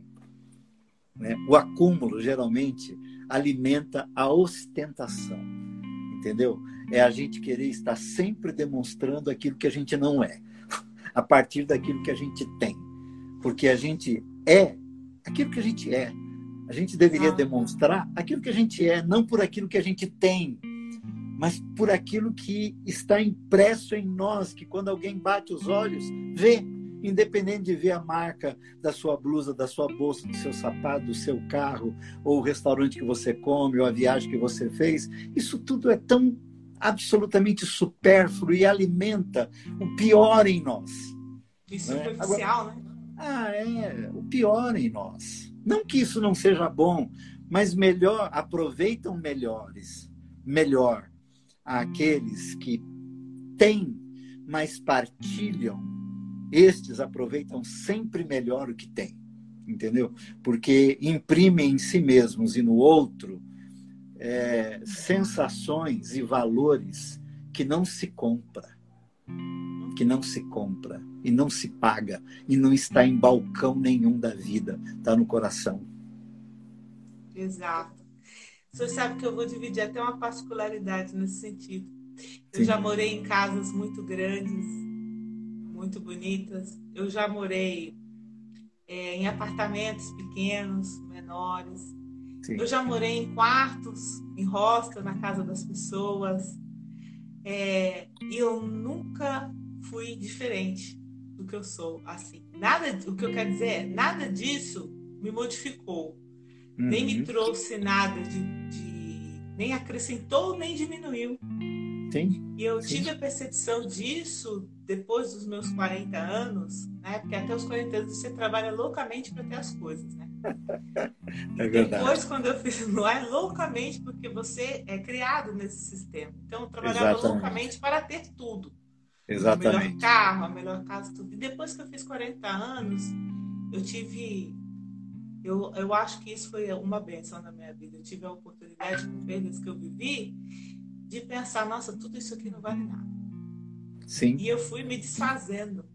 [SPEAKER 3] né? O acúmulo, geralmente, alimenta a ostentação, entendeu? É a gente querer estar sempre demonstrando aquilo que a gente não é, a partir daquilo que a gente tem. Porque a gente é aquilo que a gente é. A gente deveria
[SPEAKER 2] Ah.
[SPEAKER 3] demonstrar aquilo que a gente é, não por aquilo que a gente tem, mas por aquilo que está impresso em nós, que quando alguém bate os olhos, vê, independente de ver a marca da sua blusa, da sua bolsa, do seu sapato, do seu carro, ou o restaurante que você come, ou a viagem que você fez, isso tudo é tão absolutamente supérfluo e alimenta o pior em nós.
[SPEAKER 2] E superficial, né?
[SPEAKER 3] Ah, é, o pior em nós. Não que isso não seja bom, mas melhor, aproveitam melhores, melhor aqueles que têm, mas partilham. Estes aproveitam sempre melhor o que têm, entendeu? Porque imprimem em si mesmos e no outro é, sensações e valores que não se compra, que não se compra e não se paga e não está em balcão nenhum da vida, está no coração.
[SPEAKER 2] Exato. O senhor sabe que eu vou dividir até uma particularidade nesse sentido. Eu
[SPEAKER 3] Sim.
[SPEAKER 2] já morei em casas muito grandes, muito bonitas. Eu já morei é, em apartamentos pequenos, menores.
[SPEAKER 3] Sim.
[SPEAKER 2] Eu já morei em quartos, em hostel, na casa das pessoas. É, e eu nunca fui diferente do que eu sou. Assim, nada, o que eu quero dizer é, nada disso me modificou.
[SPEAKER 3] Uhum.
[SPEAKER 2] Nem me trouxe nada de, de... nem acrescentou, nem diminuiu.
[SPEAKER 3] Sim.
[SPEAKER 2] E eu
[SPEAKER 3] Sim.
[SPEAKER 2] tive a percepção disso depois dos meus quarenta anos, né? Porque até os quarenta anos você trabalha loucamente para ter as coisas, né?
[SPEAKER 3] É
[SPEAKER 2] E
[SPEAKER 3] verdade.
[SPEAKER 2] depois, quando eu fiz, não é loucamente porque você é criado nesse sistema. Então, eu trabalhava
[SPEAKER 3] Exatamente.
[SPEAKER 2] loucamente para ter tudo. O melhor
[SPEAKER 3] Exatamente.
[SPEAKER 2] carro, a melhor casa, tudo. E depois que eu fiz quarenta anos, eu tive... Eu, eu acho que isso foi uma bênção na minha vida. Eu tive a oportunidade, com perdas que eu vivi, de pensar, nossa, tudo isso aqui não vale nada.
[SPEAKER 3] Sim.
[SPEAKER 2] E eu fui me desfazendo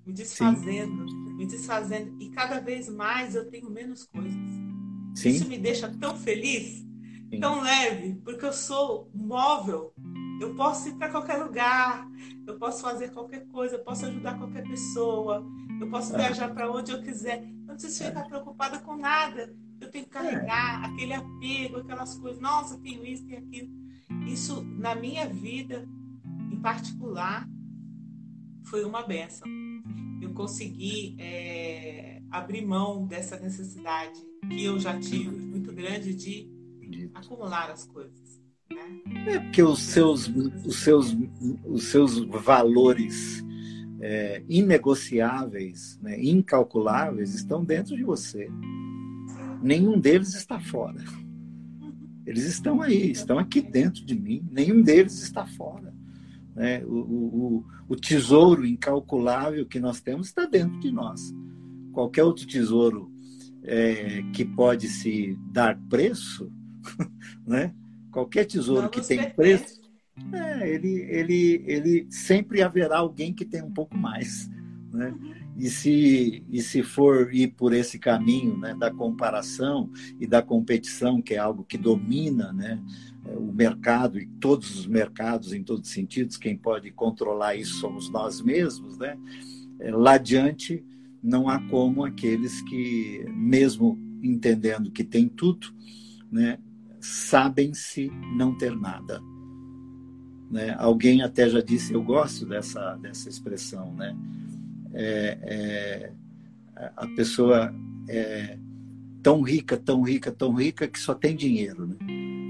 [SPEAKER 2] me desfazendo, Sim. me desfazendo. E cada vez mais eu tenho menos coisas. Sim. Isso me deixa tão feliz, Sim. tão leve, porque eu sou móvel. Eu posso ir para qualquer lugar, eu posso fazer qualquer coisa, eu posso ajudar qualquer pessoa, eu posso é. viajar para onde eu quiser. Eu não preciso ficar é. preocupada com nada. Eu tenho que carregar é. aquele apego, aquelas coisas. Nossa, tenho isso, tenho aquilo. Isso, na minha vida, em particular, foi uma bênção. Eu consegui é, abrir mão dessa necessidade que eu já tive, muito grande, de acumular as coisas. Né?
[SPEAKER 3] É porque os seus, os seus, os seus valores é, inegociáveis, né, incalculáveis, estão dentro de você. Nenhum deles está fora. Eles estão aí, estão aqui dentro de mim. Nenhum deles está fora. Né? O, o, o tesouro incalculável que nós temos está dentro de nós. Qualquer outro tesouro é, que pode se dar preço, né? Qualquer tesouro Não que tem preço, é, ele, ele, ele sempre haverá alguém que tem um pouco mais. Né? E, se, e se for ir por esse caminho, né, da comparação e da competição, que é algo que domina, né, o mercado e todos os mercados em todos os sentidos, quem pode controlar isso somos nós mesmos, né? Lá adiante não há como aqueles que, mesmo entendendo que tem tudo, né, sabem-se não ter nada. Né? Alguém até já disse, eu gosto dessa, dessa expressão, né? É, é, a pessoa é tão rica, tão rica, tão rica que só tem dinheiro, né?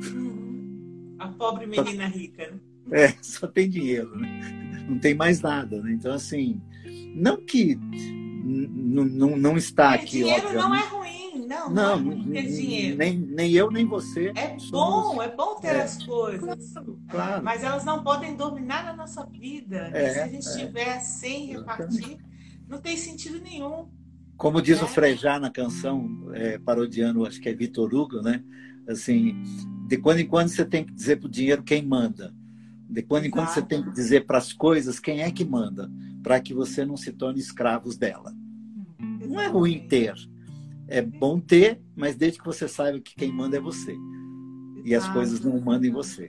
[SPEAKER 2] A pobre menina só, rica.
[SPEAKER 3] É, só tem dinheiro, né? Não tem mais nada, né? Então, assim, não que não, não está
[SPEAKER 2] ter
[SPEAKER 3] aqui,
[SPEAKER 2] dinheiro
[SPEAKER 3] obviamente.
[SPEAKER 2] não é ruim, não, não,
[SPEAKER 3] não
[SPEAKER 2] é ruim ter dinheiro.
[SPEAKER 3] Nem, nem eu, nem você.
[SPEAKER 2] É
[SPEAKER 3] somos...
[SPEAKER 2] bom, é bom ter é, as coisas.
[SPEAKER 3] Claro, claro.
[SPEAKER 2] Mas elas não podem dominar a nossa vida.
[SPEAKER 3] É,
[SPEAKER 2] e se a gente
[SPEAKER 3] é.
[SPEAKER 2] estiver sem repartir, não tem sentido nenhum.
[SPEAKER 3] Como diz
[SPEAKER 2] é.
[SPEAKER 3] o Frejá na canção, é, parodiando, acho que é Vitor Hugo, né? Assim, de quando em quando você tem que dizer para o dinheiro quem manda. De quando Exato. em quando você tem que dizer para as coisas quem é que manda, para que você não se torne escravos dela. Exatamente. Não é ruim ter. É bom ter, mas desde que você saiba que quem manda é você. Exato. E as coisas não mandam em você.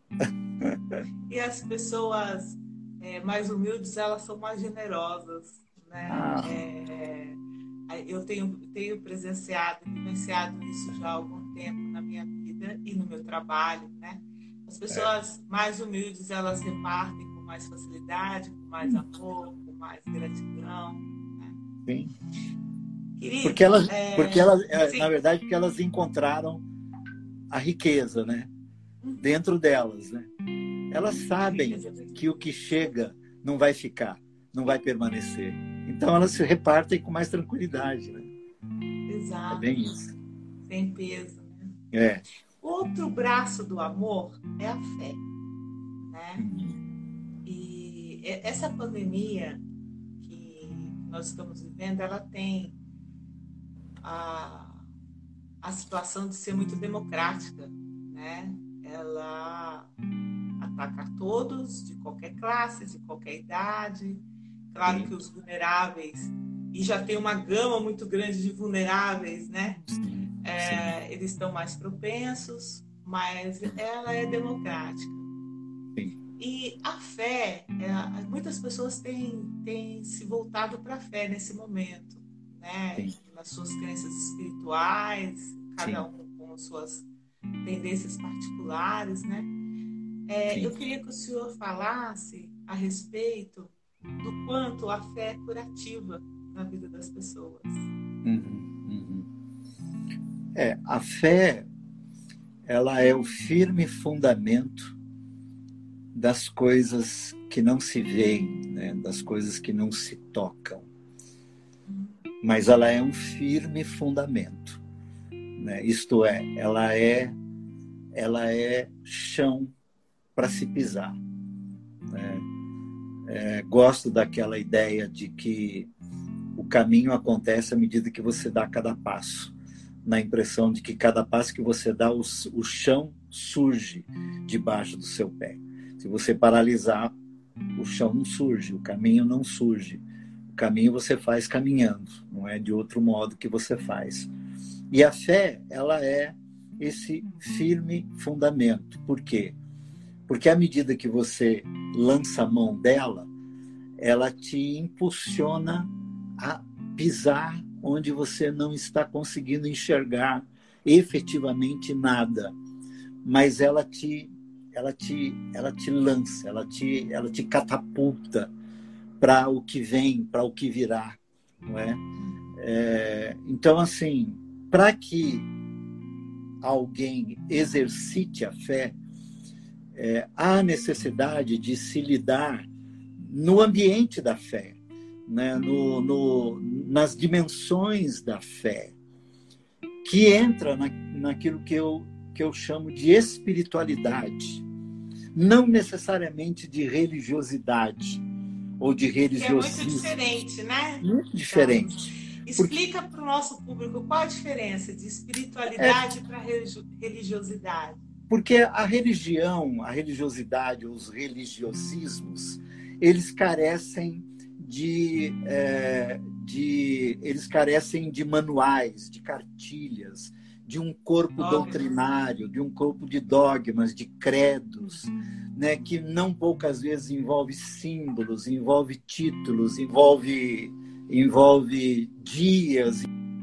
[SPEAKER 2] E as pessoas é, mais humildes, elas são mais generosas. Né?
[SPEAKER 3] Ah.
[SPEAKER 2] É, eu tenho, tenho presenciado e vivenciado isso já há algum tempo na minha vida e no meu trabalho, né? As pessoas é. mais humildes, elas repartem com mais facilidade, com mais hum. amor, com mais gratidão, né?
[SPEAKER 3] Sim.
[SPEAKER 2] Querido,
[SPEAKER 3] porque elas,
[SPEAKER 2] é...
[SPEAKER 3] porque elas na verdade, porque elas encontraram a riqueza, né? Dentro delas, né? Elas sabem que o que chega não vai ficar, não vai permanecer. Então elas se repartem com mais tranquilidade, né?
[SPEAKER 2] Exato.
[SPEAKER 3] É bem isso.
[SPEAKER 2] Sem peso, né?
[SPEAKER 3] É.
[SPEAKER 2] Outro braço do amor é a fé, né?
[SPEAKER 3] Uhum.
[SPEAKER 2] E essa pandemia que nós estamos vivendo, ela tem a, a situação de ser muito democrática, né? Ela ataca a todos, de qualquer classe, de qualquer idade. Claro Sim. que os vulneráveis, e já tem uma gama muito grande de vulneráveis, né?
[SPEAKER 3] Sim.
[SPEAKER 2] É, eles estão mais propensos, mas ela é democrática.
[SPEAKER 3] Sim.
[SPEAKER 2] E a fé, é, muitas pessoas têm, têm se voltado para a fé nesse momento, né?
[SPEAKER 3] Sim.
[SPEAKER 2] Nas suas crenças espirituais, cada
[SPEAKER 3] Sim.
[SPEAKER 2] um com suas tendências particulares, né? É, eu queria que o senhor falasse a respeito do quanto a fé é curativa na vida das pessoas.
[SPEAKER 3] Uhum, uhum. É, a fé, ela é o firme fundamento das coisas que não se veem, né? Das coisas que não se tocam. Mas ela é um firme fundamento, né? Isto é, ela é, ela é chão para se pisar, né? É, gosto daquela ideia de que o caminho acontece à medida que você dá cada passo, na impressão de que cada passo que você dá, o, o chão surge debaixo do seu pé. Se você paralisar, o chão não surge, o caminho não surge. O caminho você faz caminhando, não é de outro modo que você faz. E a fé, ela é esse firme fundamento. Por quê? Porque à medida que você lança a mão dela, ela te impulsiona a pisar onde você não está conseguindo enxergar efetivamente nada, mas ela te, ela te, ela te lança, ela te, ela te catapulta para o que vem, para o que virá, não é? É, então, assim, para que alguém exercite a fé, é, há necessidade de se lidar no ambiente da fé, né? no, no, nas dimensões da fé, que entra na, naquilo que eu, que eu chamo de espiritualidade, não necessariamente de religiosidade ou de religiosismo.
[SPEAKER 2] Que é muito diferente, né?
[SPEAKER 3] Muito diferente.
[SPEAKER 2] Então, explica para o nosso público qual a diferença de espiritualidade é, para religiosidade.
[SPEAKER 3] Porque a religião, a religiosidade, os religiosismos, eles carecem de, é, de, eles carecem de manuais, de cartilhas, de um corpo dogmas. doutrinário, de um corpo de dogmas, de credos, né, que não poucas vezes envolve símbolos, envolve títulos, envolve, envolve dias,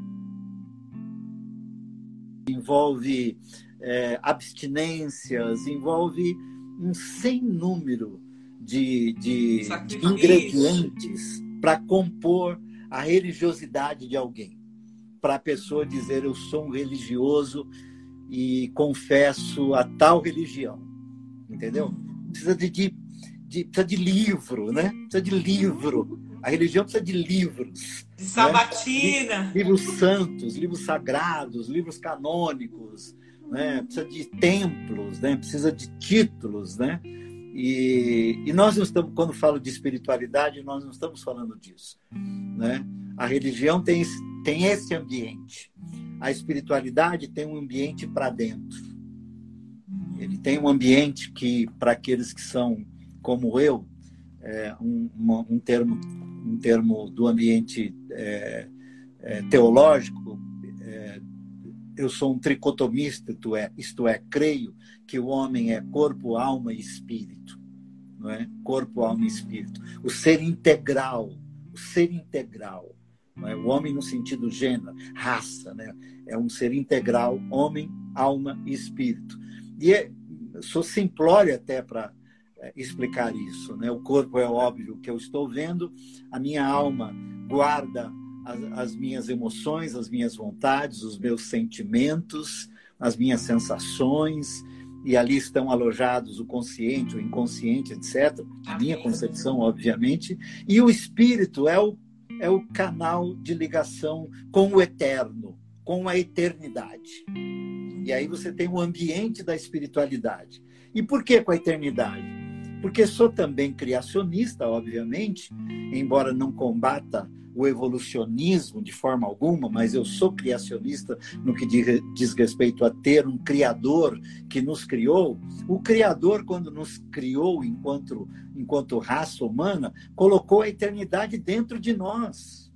[SPEAKER 3] envolve é, abstinências, envolve um sem número de, de, de ingredientes para compor a religiosidade de alguém. Para a pessoa dizer, eu sou um religioso e confesso a tal religião. Entendeu? Precisa de, de, de, precisa de livro, né? Precisa de livro. A religião precisa de livros.
[SPEAKER 2] De sabatina.
[SPEAKER 3] Né? Livros santos, livros sagrados, livros canônicos. Né? Precisa de templos, né? Precisa de títulos, né? E, e nós não estamos, quando falo de espiritualidade, nós não estamos falando disso, né? A religião tem, tem esse ambiente. A espiritualidade tem um ambiente para dentro. Ele tem um ambiente que, para aqueles que são como eu, é um, uma, um, termo, um termo do ambiente é, é, teológico, é, eu sou um tricotomista, isto é, isto é, creio que o homem é corpo, alma e espírito. Não é? Corpo, alma e espírito. O ser integral, o ser integral. Não é? O homem no sentido gênero, raça, né? É um ser integral, homem, alma e espírito. E é, sou simplório até para é, explicar isso, né? O corpo é óbvio que eu estou vendo, a minha alma guarda as, as minhas emoções, as minhas vontades, os meus sentimentos, as minhas sensações, e ali estão alojados o consciente, o inconsciente, etcétera. A minha concepção, obviamente. E o espírito é o, é o canal de ligação com o eterno, com a eternidade. E aí você tem o ambiente da espiritualidade. E por que com a eternidade? Porque sou também criacionista, obviamente, embora não combata o evolucionismo de forma alguma, mas eu sou criacionista no que diz respeito a ter um Criador que nos criou. O Criador, quando nos criou enquanto, enquanto raça humana, colocou a eternidade dentro de nós.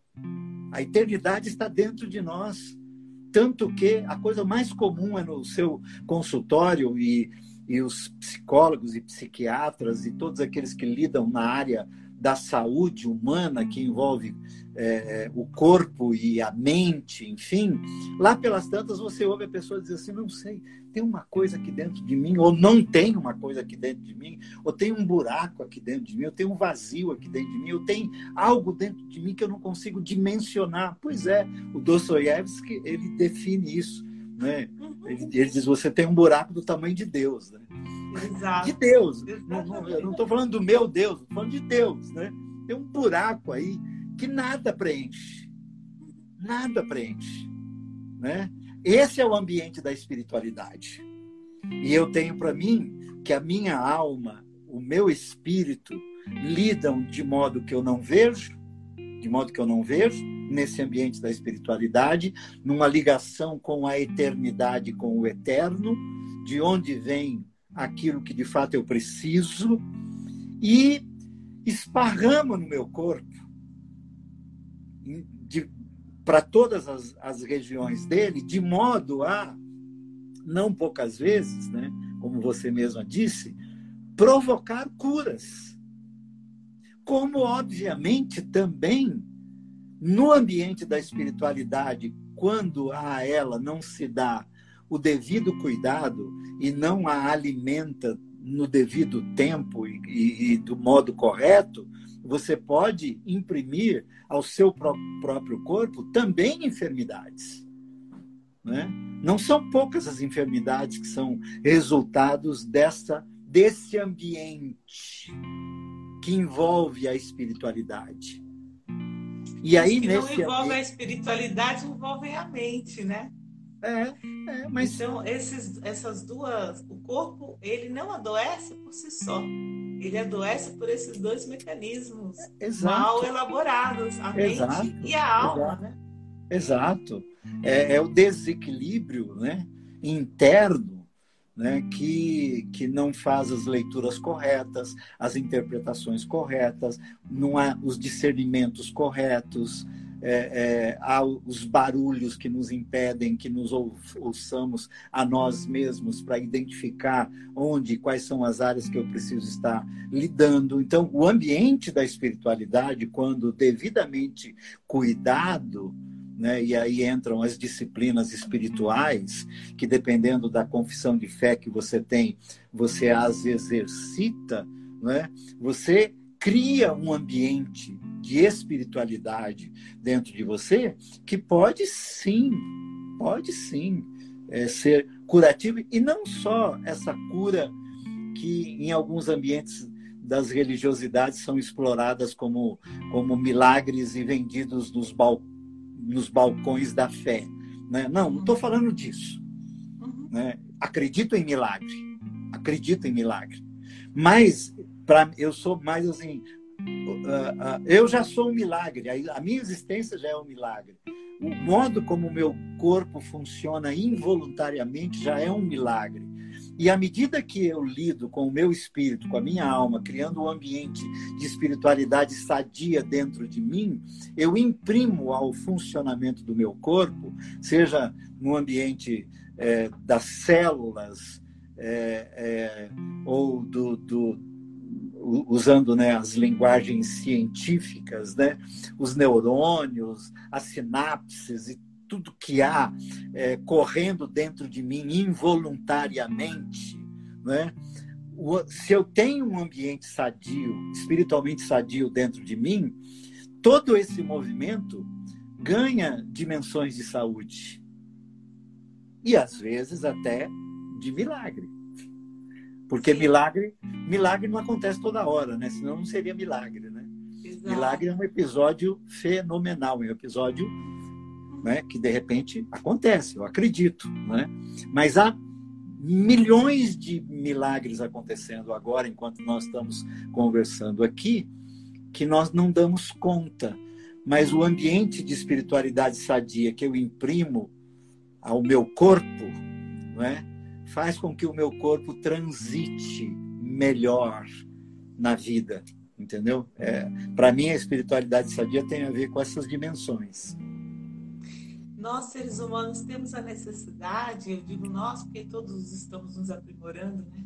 [SPEAKER 3] A eternidade está dentro de nós. Tanto que a coisa mais comum é no seu consultório e, e os psicólogos e psiquiatras e todos aqueles que lidam na área da saúde humana, que envolve é, o corpo e a mente, enfim, lá pelas tantas você ouve a pessoa dizer assim, não sei, tem uma coisa aqui dentro de mim, ou não tem uma coisa aqui dentro de mim, ou tem um buraco aqui dentro de mim, ou tem um vazio aqui dentro de mim, ou tem algo dentro de mim que eu não consigo dimensionar. Pois é, o Dostoiévski, ele define isso, né? Ele, ele diz, você tem um buraco do tamanho de Deus, né?
[SPEAKER 2] Exato.
[SPEAKER 3] De Deus. Não, não, eu não estou falando do meu Deus, estou falando de Deus, né? Tem um buraco aí que nada preenche. Nada preenche, né? Esse é o ambiente da espiritualidade. E eu tenho para mim que a minha alma, o meu espírito, lidam de modo que eu não vejo, de modo que eu não vejo, nesse ambiente da espiritualidade, numa ligação com a eternidade, com o eterno, de onde vem aquilo que de fato eu preciso, e esparrama no meu corpo para todas as, as regiões dele, de modo a, não poucas vezes, né, como você mesma disse, provocar curas. Como, obviamente, também no ambiente da espiritualidade, quando a ela não se dá o devido cuidado e não a alimenta no devido tempo e, e, e do modo correto, você pode imprimir ao seu pró- próprio corpo também enfermidades, né? Não são poucas as enfermidades que são resultados dessa, desse ambiente que envolve a espiritualidade. E aí,
[SPEAKER 2] que
[SPEAKER 3] nesse
[SPEAKER 2] não envolve
[SPEAKER 3] ambiente...
[SPEAKER 2] a espiritualidade, envolve a mente, né?
[SPEAKER 3] É, é, mas...
[SPEAKER 2] Então, esses, essas duas... O corpo, ele não adoece por si só. Ele adoece por esses dois mecanismos
[SPEAKER 3] Exato.
[SPEAKER 2] mal elaborados, a
[SPEAKER 3] Exato.
[SPEAKER 2] mente e a alma,
[SPEAKER 3] Exato.
[SPEAKER 2] né?
[SPEAKER 3] Exato. É, é o desequilíbrio, né, interno, né, que, que não faz as leituras corretas, as interpretações corretas, não há os discernimentos corretos, é, é, há os barulhos que nos impedem que nos ou, ouçamos a nós mesmos para identificar onde, quais são as áreas que eu preciso estar lidando. Então, o ambiente da espiritualidade, quando devidamente cuidado, né, e aí entram as disciplinas espirituais, que dependendo da confissão de fé que você tem, você as exercita, né? Você cria um ambiente de espiritualidade dentro de você que pode sim, pode sim é, ser curativo, e não só essa cura que em alguns ambientes das religiosidades são exploradas como, como milagres e vendidos nos balcões nos balcões da fé, né? Não, não estou falando disso,
[SPEAKER 2] Uhum.
[SPEAKER 3] né? Acredito em milagre, acredito em milagre, mas pra, eu sou mais assim, uh, uh, eu já sou um milagre, a, a minha existência já é um milagre. O modo como o meu corpo funciona involuntariamente já é um milagre. E à medida que eu lido com o meu espírito, com a minha alma, criando um ambiente de espiritualidade sadia dentro de mim, eu imprimo ao funcionamento do meu corpo, seja no ambiente é, das células, é, é, ou do, do, usando, né, as linguagens científicas, né, os neurônios, as sinapses e tudo que há é, correndo dentro de mim involuntariamente, né? O, se eu tenho um ambiente sadio, espiritualmente sadio dentro de mim, todo esse movimento ganha dimensões de saúde. E, às vezes, até de milagre. Porque milagre, milagre não acontece toda hora, né? Senão não seria milagre, né? Exato. Milagre é um episódio fenomenal, é um episódio, né, que de repente acontece, eu acredito, né? Mas há milhões de milagres acontecendo agora, enquanto nós estamos conversando aqui, que nós não damos conta. Mas o ambiente de espiritualidade sadia que eu imprimo ao meu corpo, né, faz com que o meu corpo transite melhor na vida, entendeu? É, para mim, a espiritualidade sadia tem a ver com essas dimensões.
[SPEAKER 2] Nós, seres humanos, temos a necessidade, eu digo nós, porque todos estamos nos aprimorando, né?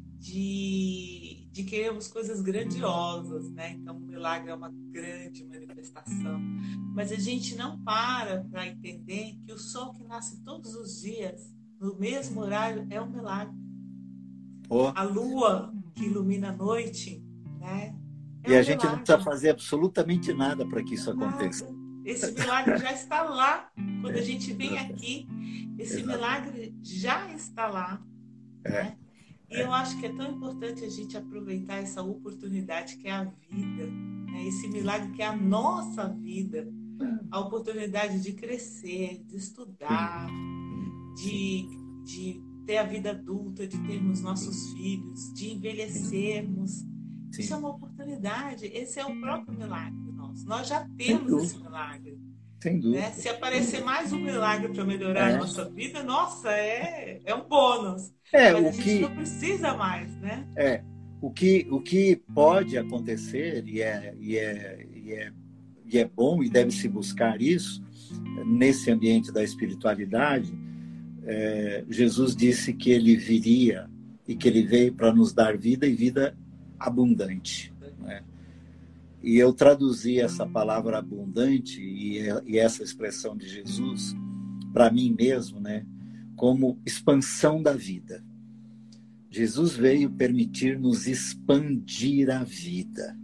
[SPEAKER 2] De, de queremos coisas grandiosas, né? Então, o milagre é uma grande manifestação. Mas a gente não para para entender que o sol que nasce todos os dias, no mesmo horário, é um milagre. Oh. A lua que ilumina a noite, né?
[SPEAKER 3] É e um a gente milagre. Não precisa fazer absolutamente nada para que isso
[SPEAKER 2] nada.
[SPEAKER 3] aconteça.
[SPEAKER 2] Esse milagre já está lá. Quando a gente vem aqui, esse Exato. milagre já está lá.
[SPEAKER 3] É.
[SPEAKER 2] Né? E eu acho que é tão importante a gente aproveitar essa oportunidade que é a vida, né? Esse milagre que é a nossa vida, a oportunidade de crescer, de estudar, de, de ter a vida adulta, de termos nossos filhos, de envelhecermos. Sim. Isso é uma oportunidade, esse é o próprio milagre nosso. Nós já temos esse milagre.
[SPEAKER 3] Sem dúvida.
[SPEAKER 2] Né? Se aparecer mais um milagre para melhorar é. a nossa vida, nossa, é, é um bônus.
[SPEAKER 3] É,
[SPEAKER 2] Mas
[SPEAKER 3] o
[SPEAKER 2] a gente
[SPEAKER 3] que,
[SPEAKER 2] não precisa mais, né?
[SPEAKER 3] É, o que, o que pode acontecer, e é, e é, e é, e é bom e deve-se buscar isso, nesse ambiente da espiritualidade, é, Jesus disse que ele viria e que ele veio para nos dar vida e vida abundante, né? E eu traduzi essa palavra abundante e, e essa expressão de Jesus para mim mesmo, né, como expansão da vida. Jesus veio permitir-nos expandir a vida.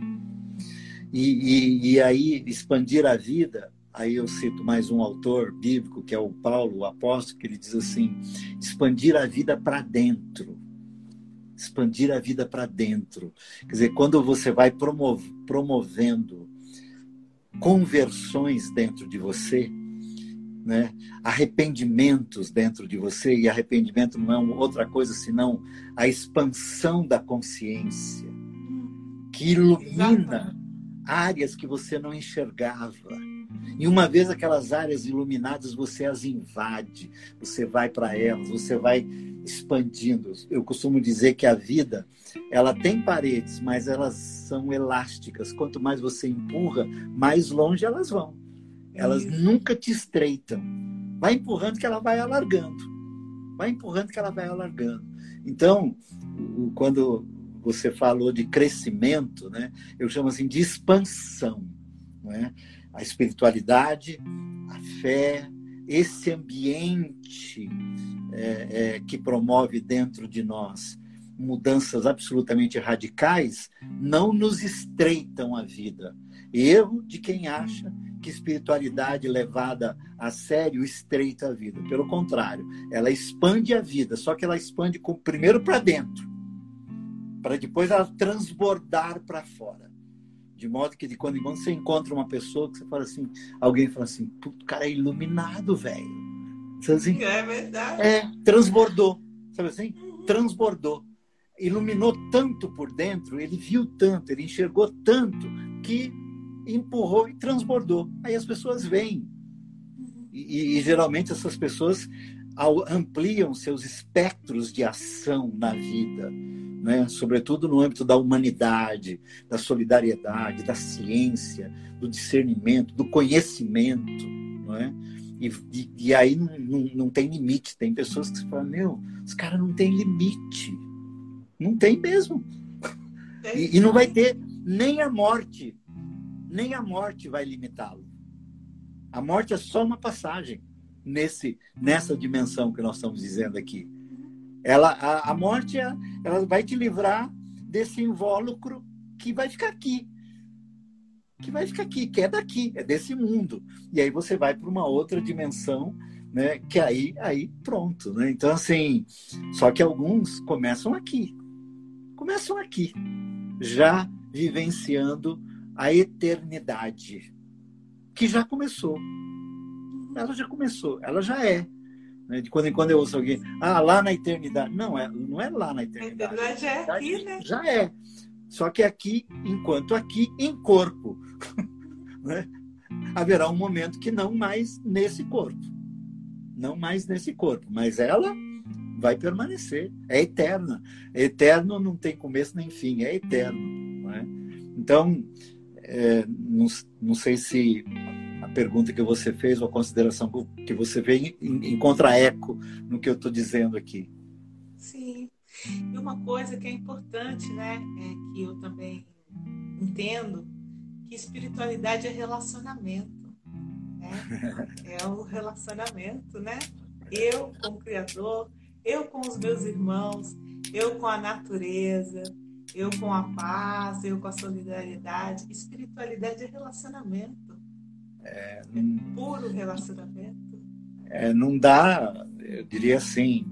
[SPEAKER 3] E, e, e aí, expandir a vida, aí eu cito mais um autor bíblico, que é o Paulo, o apóstolo, que ele diz assim, expandir a vida para dentro. Expandir a vida para dentro. Quer dizer, quando você vai promove, promovendo conversões dentro de você, né? Arrependimentos dentro de você, e arrependimento não é outra coisa senão a expansão da consciência, que ilumina áreas que você não enxergava. E uma vez aquelas áreas iluminadas, você as invade, você vai para elas, você vai expandindo. Eu costumo dizer que a vida, ela tem paredes, mas elas são elásticas. Quanto mais você empurra, mais longe elas vão. Elas Isso. nunca te estreitam. Vai empurrando que ela vai alargando. Vai empurrando que ela vai alargando. Então, quando você falou de crescimento, né, eu chamo assim de expansão, né? A espiritualidade, a fé, esse ambiente é, é, que promove dentro de nós mudanças absolutamente radicais, não nos estreitam a vida. Erro de quem acha que espiritualidade levada a sério estreita a vida. Pelo contrário, ela expande a vida, só que ela expande com, primeiro para dentro, para depois ela transbordar para fora. De modo que de quando em quando você encontra uma pessoa que você fala assim, alguém fala assim, puto, o cara é iluminado, velho. Assim,
[SPEAKER 2] é verdade.
[SPEAKER 3] É, transbordou. Sabe assim? Transbordou. Iluminou tanto por dentro, ele viu tanto, ele enxergou tanto, que empurrou e transbordou. Aí as pessoas vêm. E, e geralmente essas pessoas ampliam seus espectros de ação na vida, né? Sobretudo no âmbito da humanidade, da solidariedade, da ciência, do discernimento, do conhecimento, não é? E, e, e aí não, não, não tem limite. Tem pessoas que falam, meu, os caras não têm limite. Não tem mesmo. E, e não vai ter nem a morte. Nem a morte vai limitá-lo. A morte é só uma passagem nesse, nessa dimensão que nós estamos dizendo aqui. Ela, a, a morte é, ela vai te livrar desse invólucro que vai ficar aqui. Que vai ficar aqui, que é daqui, é desse mundo. E aí você vai para uma outra dimensão, né, que aí, aí pronto. Né? Então, assim, só que alguns começam aqui. Começam aqui, já vivenciando a eternidade, que já começou. Ela já começou, ela já é. De quando em quando eu ouço alguém, ah, lá na eternidade. Não, é, não é lá na eternidade.
[SPEAKER 2] A eternidade já é aqui, né?
[SPEAKER 3] Já é. Só que aqui, enquanto aqui, em corpo. Né? Haverá um momento que não mais nesse corpo. Não mais nesse corpo. Mas ela vai permanecer. É eterna. Eterno não tem começo nem fim. É eterno. Não é? Então, é, não, não sei se a pergunta que você fez ou a consideração que você vê encontra eco no que eu estou dizendo aqui.
[SPEAKER 2] Sim. E uma coisa que é importante, né, é que eu também entendo que espiritualidade é relacionamento, né? É o relacionamento, né? Eu com o Criador, eu com os meus irmãos, eu com a natureza, eu com a paz, eu com a solidariedade. Espiritualidade é relacionamento. É, é puro relacionamento.
[SPEAKER 3] É, não dá, eu diria assim,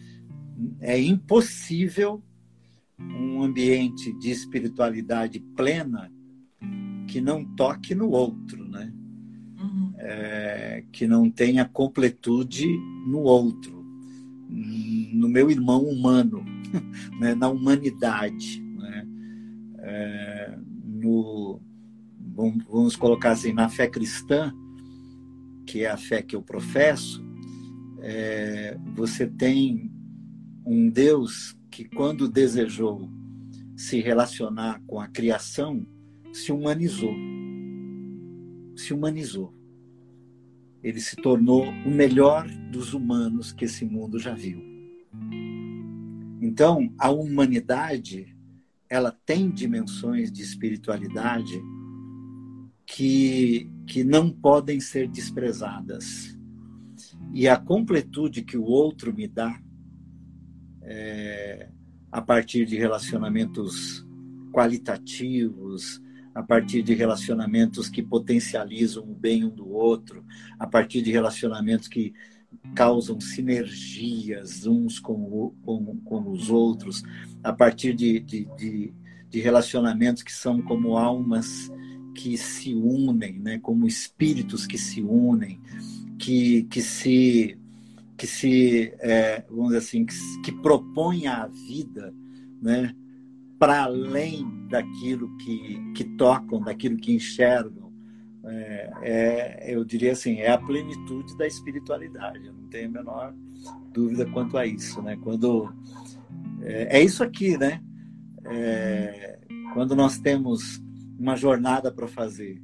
[SPEAKER 3] é impossível um ambiente de espiritualidade plena que não toque no outro, né? Uhum. É, que não tenha completude no outro, no meu irmão humano, né? Na humanidade, né? É, no, vamos colocar assim, na fé cristã, que é a fé que eu professo, é, você tem um Deus que, quando desejou se relacionar com a criação, se humanizou. se humanizou. Ele se tornou o melhor dos humanos que esse mundo já viu. Então, a humanidade, ela tem dimensões de espiritualidade que, que não podem ser desprezadas. E a completude que o outro me dá, é, a partir de relacionamentos qualitativos, a partir de relacionamentos que potencializam o bem um do outro, a partir de relacionamentos que causam sinergias uns com, o, com, com os outros, a partir de, de, de, de relacionamentos que são como almas que se unem, né? Como espíritos que se unem, que, que se, que se é, vamos dizer assim, que, que propõem a vida, né? Para além daquilo que, que tocam, daquilo que enxergam. É, é, eu diria assim, é a plenitude da espiritualidade. Eu não tenho a menor dúvida quanto a isso, né? Quando, é, é isso aqui, né? É, quando nós temos uma jornada para fazer,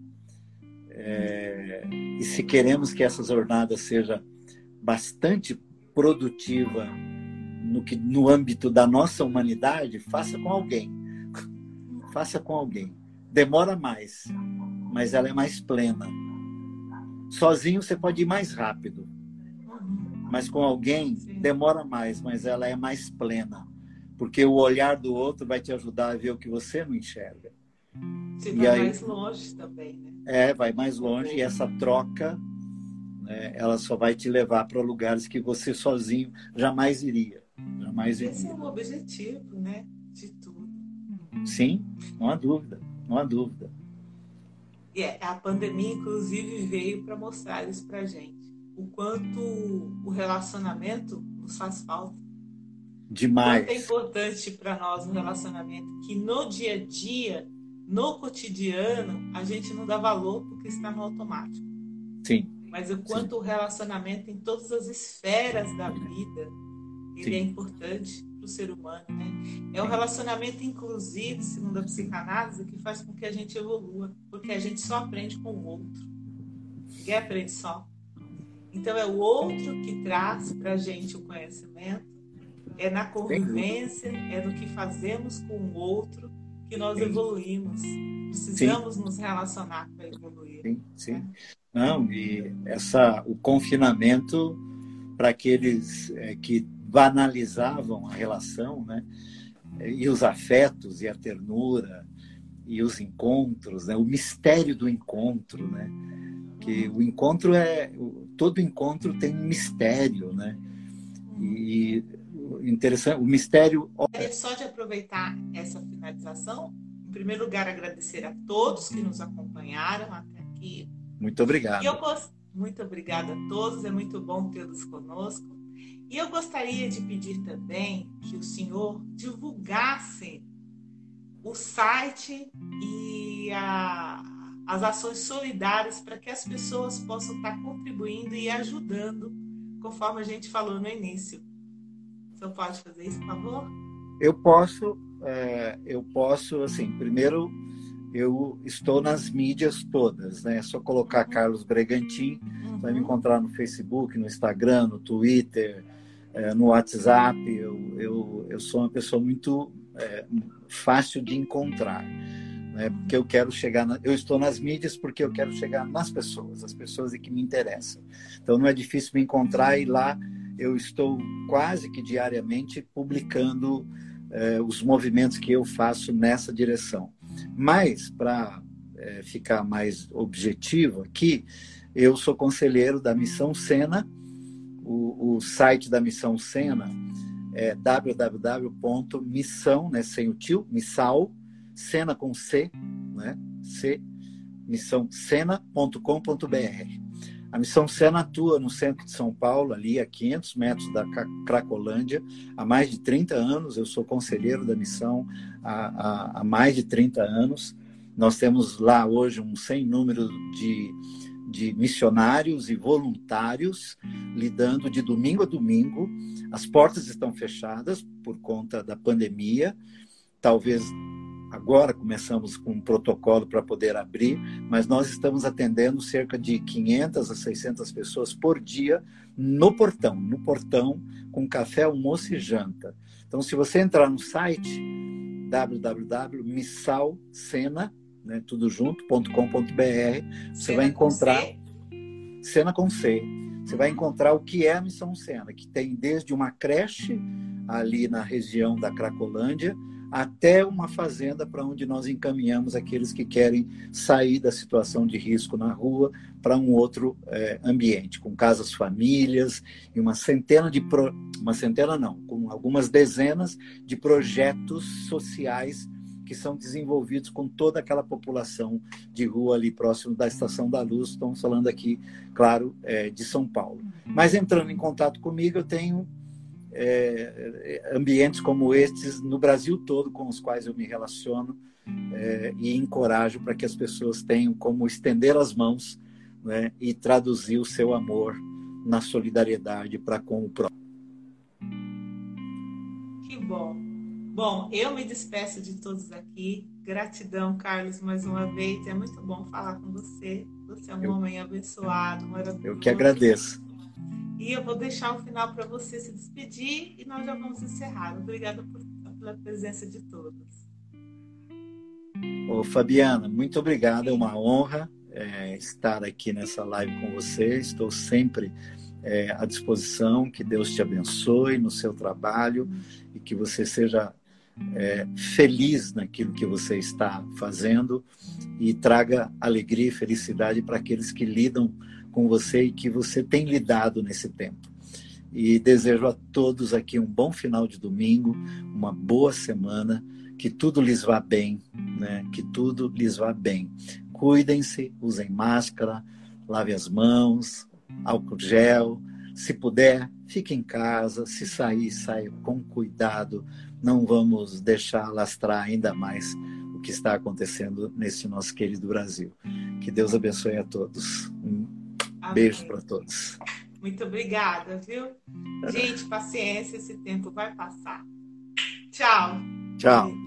[SPEAKER 3] é, e se queremos que essa jornada seja bastante produtiva no, que, no âmbito da nossa humanidade, faça com alguém. Faça com alguém. Demora mais, mas ela é mais plena. Sozinho você pode ir mais rápido, mas com alguém demora mais, mas ela é mais plena, porque o olhar do outro vai te ajudar a ver o que você não enxerga.
[SPEAKER 2] Você vai aí, mais longe também, né?
[SPEAKER 3] É, vai mais longe, e essa troca, né, ela só vai te levar para lugares que você sozinho jamais iria. Jamais iria.
[SPEAKER 2] Esse é o objetivo, né, de tudo.
[SPEAKER 3] Sim, não há dúvida, não há dúvida.
[SPEAKER 2] E a pandemia, inclusive, veio para mostrar isso para a gente. O quanto o relacionamento nos faz falta.
[SPEAKER 3] Demais.
[SPEAKER 2] O quanto é importante para nós o relacionamento, que no dia a dia, no cotidiano, a gente não dá valor porque está no automático.
[SPEAKER 3] Sim.
[SPEAKER 2] Mas o quanto Sim. o relacionamento em todas as esferas da vida, ele Sim. é importante para o ser humano, né? É um relacionamento inclusive, segundo a psicanálise, que faz com que a gente evolua, porque a gente só aprende com o outro. Ninguém aprende só. Então é o outro que traz para a gente o conhecimento, é na convivência, é no que fazemos com o outro que nós sim. evoluímos. Precisamos sim. nos relacionar para evoluir.
[SPEAKER 3] Sim, sim. Né? Não, e essa, o confinamento para aqueles é, que banalizavam a relação, né? E os afetos e a ternura e os encontros, né? O mistério do encontro, né? Que o encontro é todo encontro tem um mistério, né? E interessante, o mistério.
[SPEAKER 2] É só de aproveitar essa finalização, em primeiro lugar agradecer a todos que nos acompanharam até aqui.
[SPEAKER 3] Muito obrigado.
[SPEAKER 2] E eu gost... Muito obrigada a todos, é muito bom tê-los conosco. E eu gostaria de pedir também que o senhor divulgasse o site e a, as ações solidárias para que as pessoas possam estar contribuindo e ajudando, conforme a gente falou no início. O senhor pode fazer isso, por favor?
[SPEAKER 3] Eu posso, é, eu posso, assim, primeiro eu estou nas mídias todas, né? É só colocar uhum. Carlos Bregantin, uhum. vai me encontrar no Facebook, no Instagram, no Twitter, é, no WhatsApp. Eu, eu, eu sou uma pessoa muito é, fácil de encontrar, né? Porque eu quero chegar, na, eu estou nas mídias porque eu quero chegar nas pessoas, as pessoas que me interessam. Então não é difícil me encontrar e lá eu estou quase que diariamente publicando é, os movimentos que eu faço nessa direção. Mas, para é, ficar mais objetivo aqui, eu sou conselheiro da Missão Sena. O, o site da Missão Sena é w w w ponto missão, né, sem o tio, missal, Sena com C, né, C, missão sena ponto com ponto b r. A Missão Sena atua no centro de São Paulo, ali a quinhentos metros da Cracolândia, há mais de trinta anos. Eu sou conselheiro da missão há, há, há mais de trinta anos. Nós temos lá hoje um sem número de, de missionários e voluntários lidando de domingo a domingo. As portas estão fechadas por conta da pandemia. Talvez agora começamos com um protocolo para poder abrir, mas nós estamos atendendo cerca de quinhentas a seiscentas pessoas por dia no portão, no portão com café, almoço e janta. Então, se você entrar no site w w w ponto missal cena, né, tudo junto, ponto com ponto b r, você
[SPEAKER 2] Cena
[SPEAKER 3] vai encontrar
[SPEAKER 2] com
[SPEAKER 3] Cena com C. Você vai encontrar o que é a Missão Cena, que tem desde uma creche ali na região da Cracolândia até uma fazenda para onde nós encaminhamos aqueles que querem sair da situação de risco na rua para um outro é, ambiente, com casas famílias e uma centena de pro... uma centena não, com algumas dezenas de projetos sociais que são desenvolvidos com toda aquela população de rua ali próximo da Estação da Luz. Estamos falando aqui, claro, é, de São Paulo. Mas entrando em contato comigo, eu tenho é, ambientes como estes no Brasil todo com os quais eu me relaciono é, e encorajo para que as pessoas tenham como estender as mãos, né, e traduzir o seu amor na solidariedade para com o próximo.
[SPEAKER 2] Que bom. Bom, eu me despeço de todos aqui. Gratidão, Carlos, mais uma vez. É muito bom falar com você. Você é um eu, homem abençoado, maravilhoso.
[SPEAKER 3] Eu que agradeço.
[SPEAKER 2] E eu vou deixar o final para você se despedir e nós já vamos encerrar. Obrigada por, pela presença de todos.
[SPEAKER 3] Ô, Fabiana, muito obrigado. É uma honra é, estar aqui nessa live com você. Estou sempre é, à disposição. Que Deus te abençoe no seu trabalho e que você seja É, feliz naquilo que você está fazendo e traga alegria e felicidade para aqueles que lidam com você e que você tem lidado nesse tempo. E desejo a todos aqui um bom final de domingo, uma boa semana, que tudo lhes vá bem, né? Que tudo lhes vá bem. Cuidem-se, usem máscara, lave as mãos, álcool gel. Se puder, fique em casa. Se sair, saia com cuidado. Não vamos deixar alastrar ainda mais o que está acontecendo nesse nosso querido Brasil. Que Deus abençoe a todos. Um Amém. Beijo para todos.
[SPEAKER 2] Muito obrigada, viu? Gente, paciência, esse tempo vai passar. Tchau.
[SPEAKER 3] Tchau.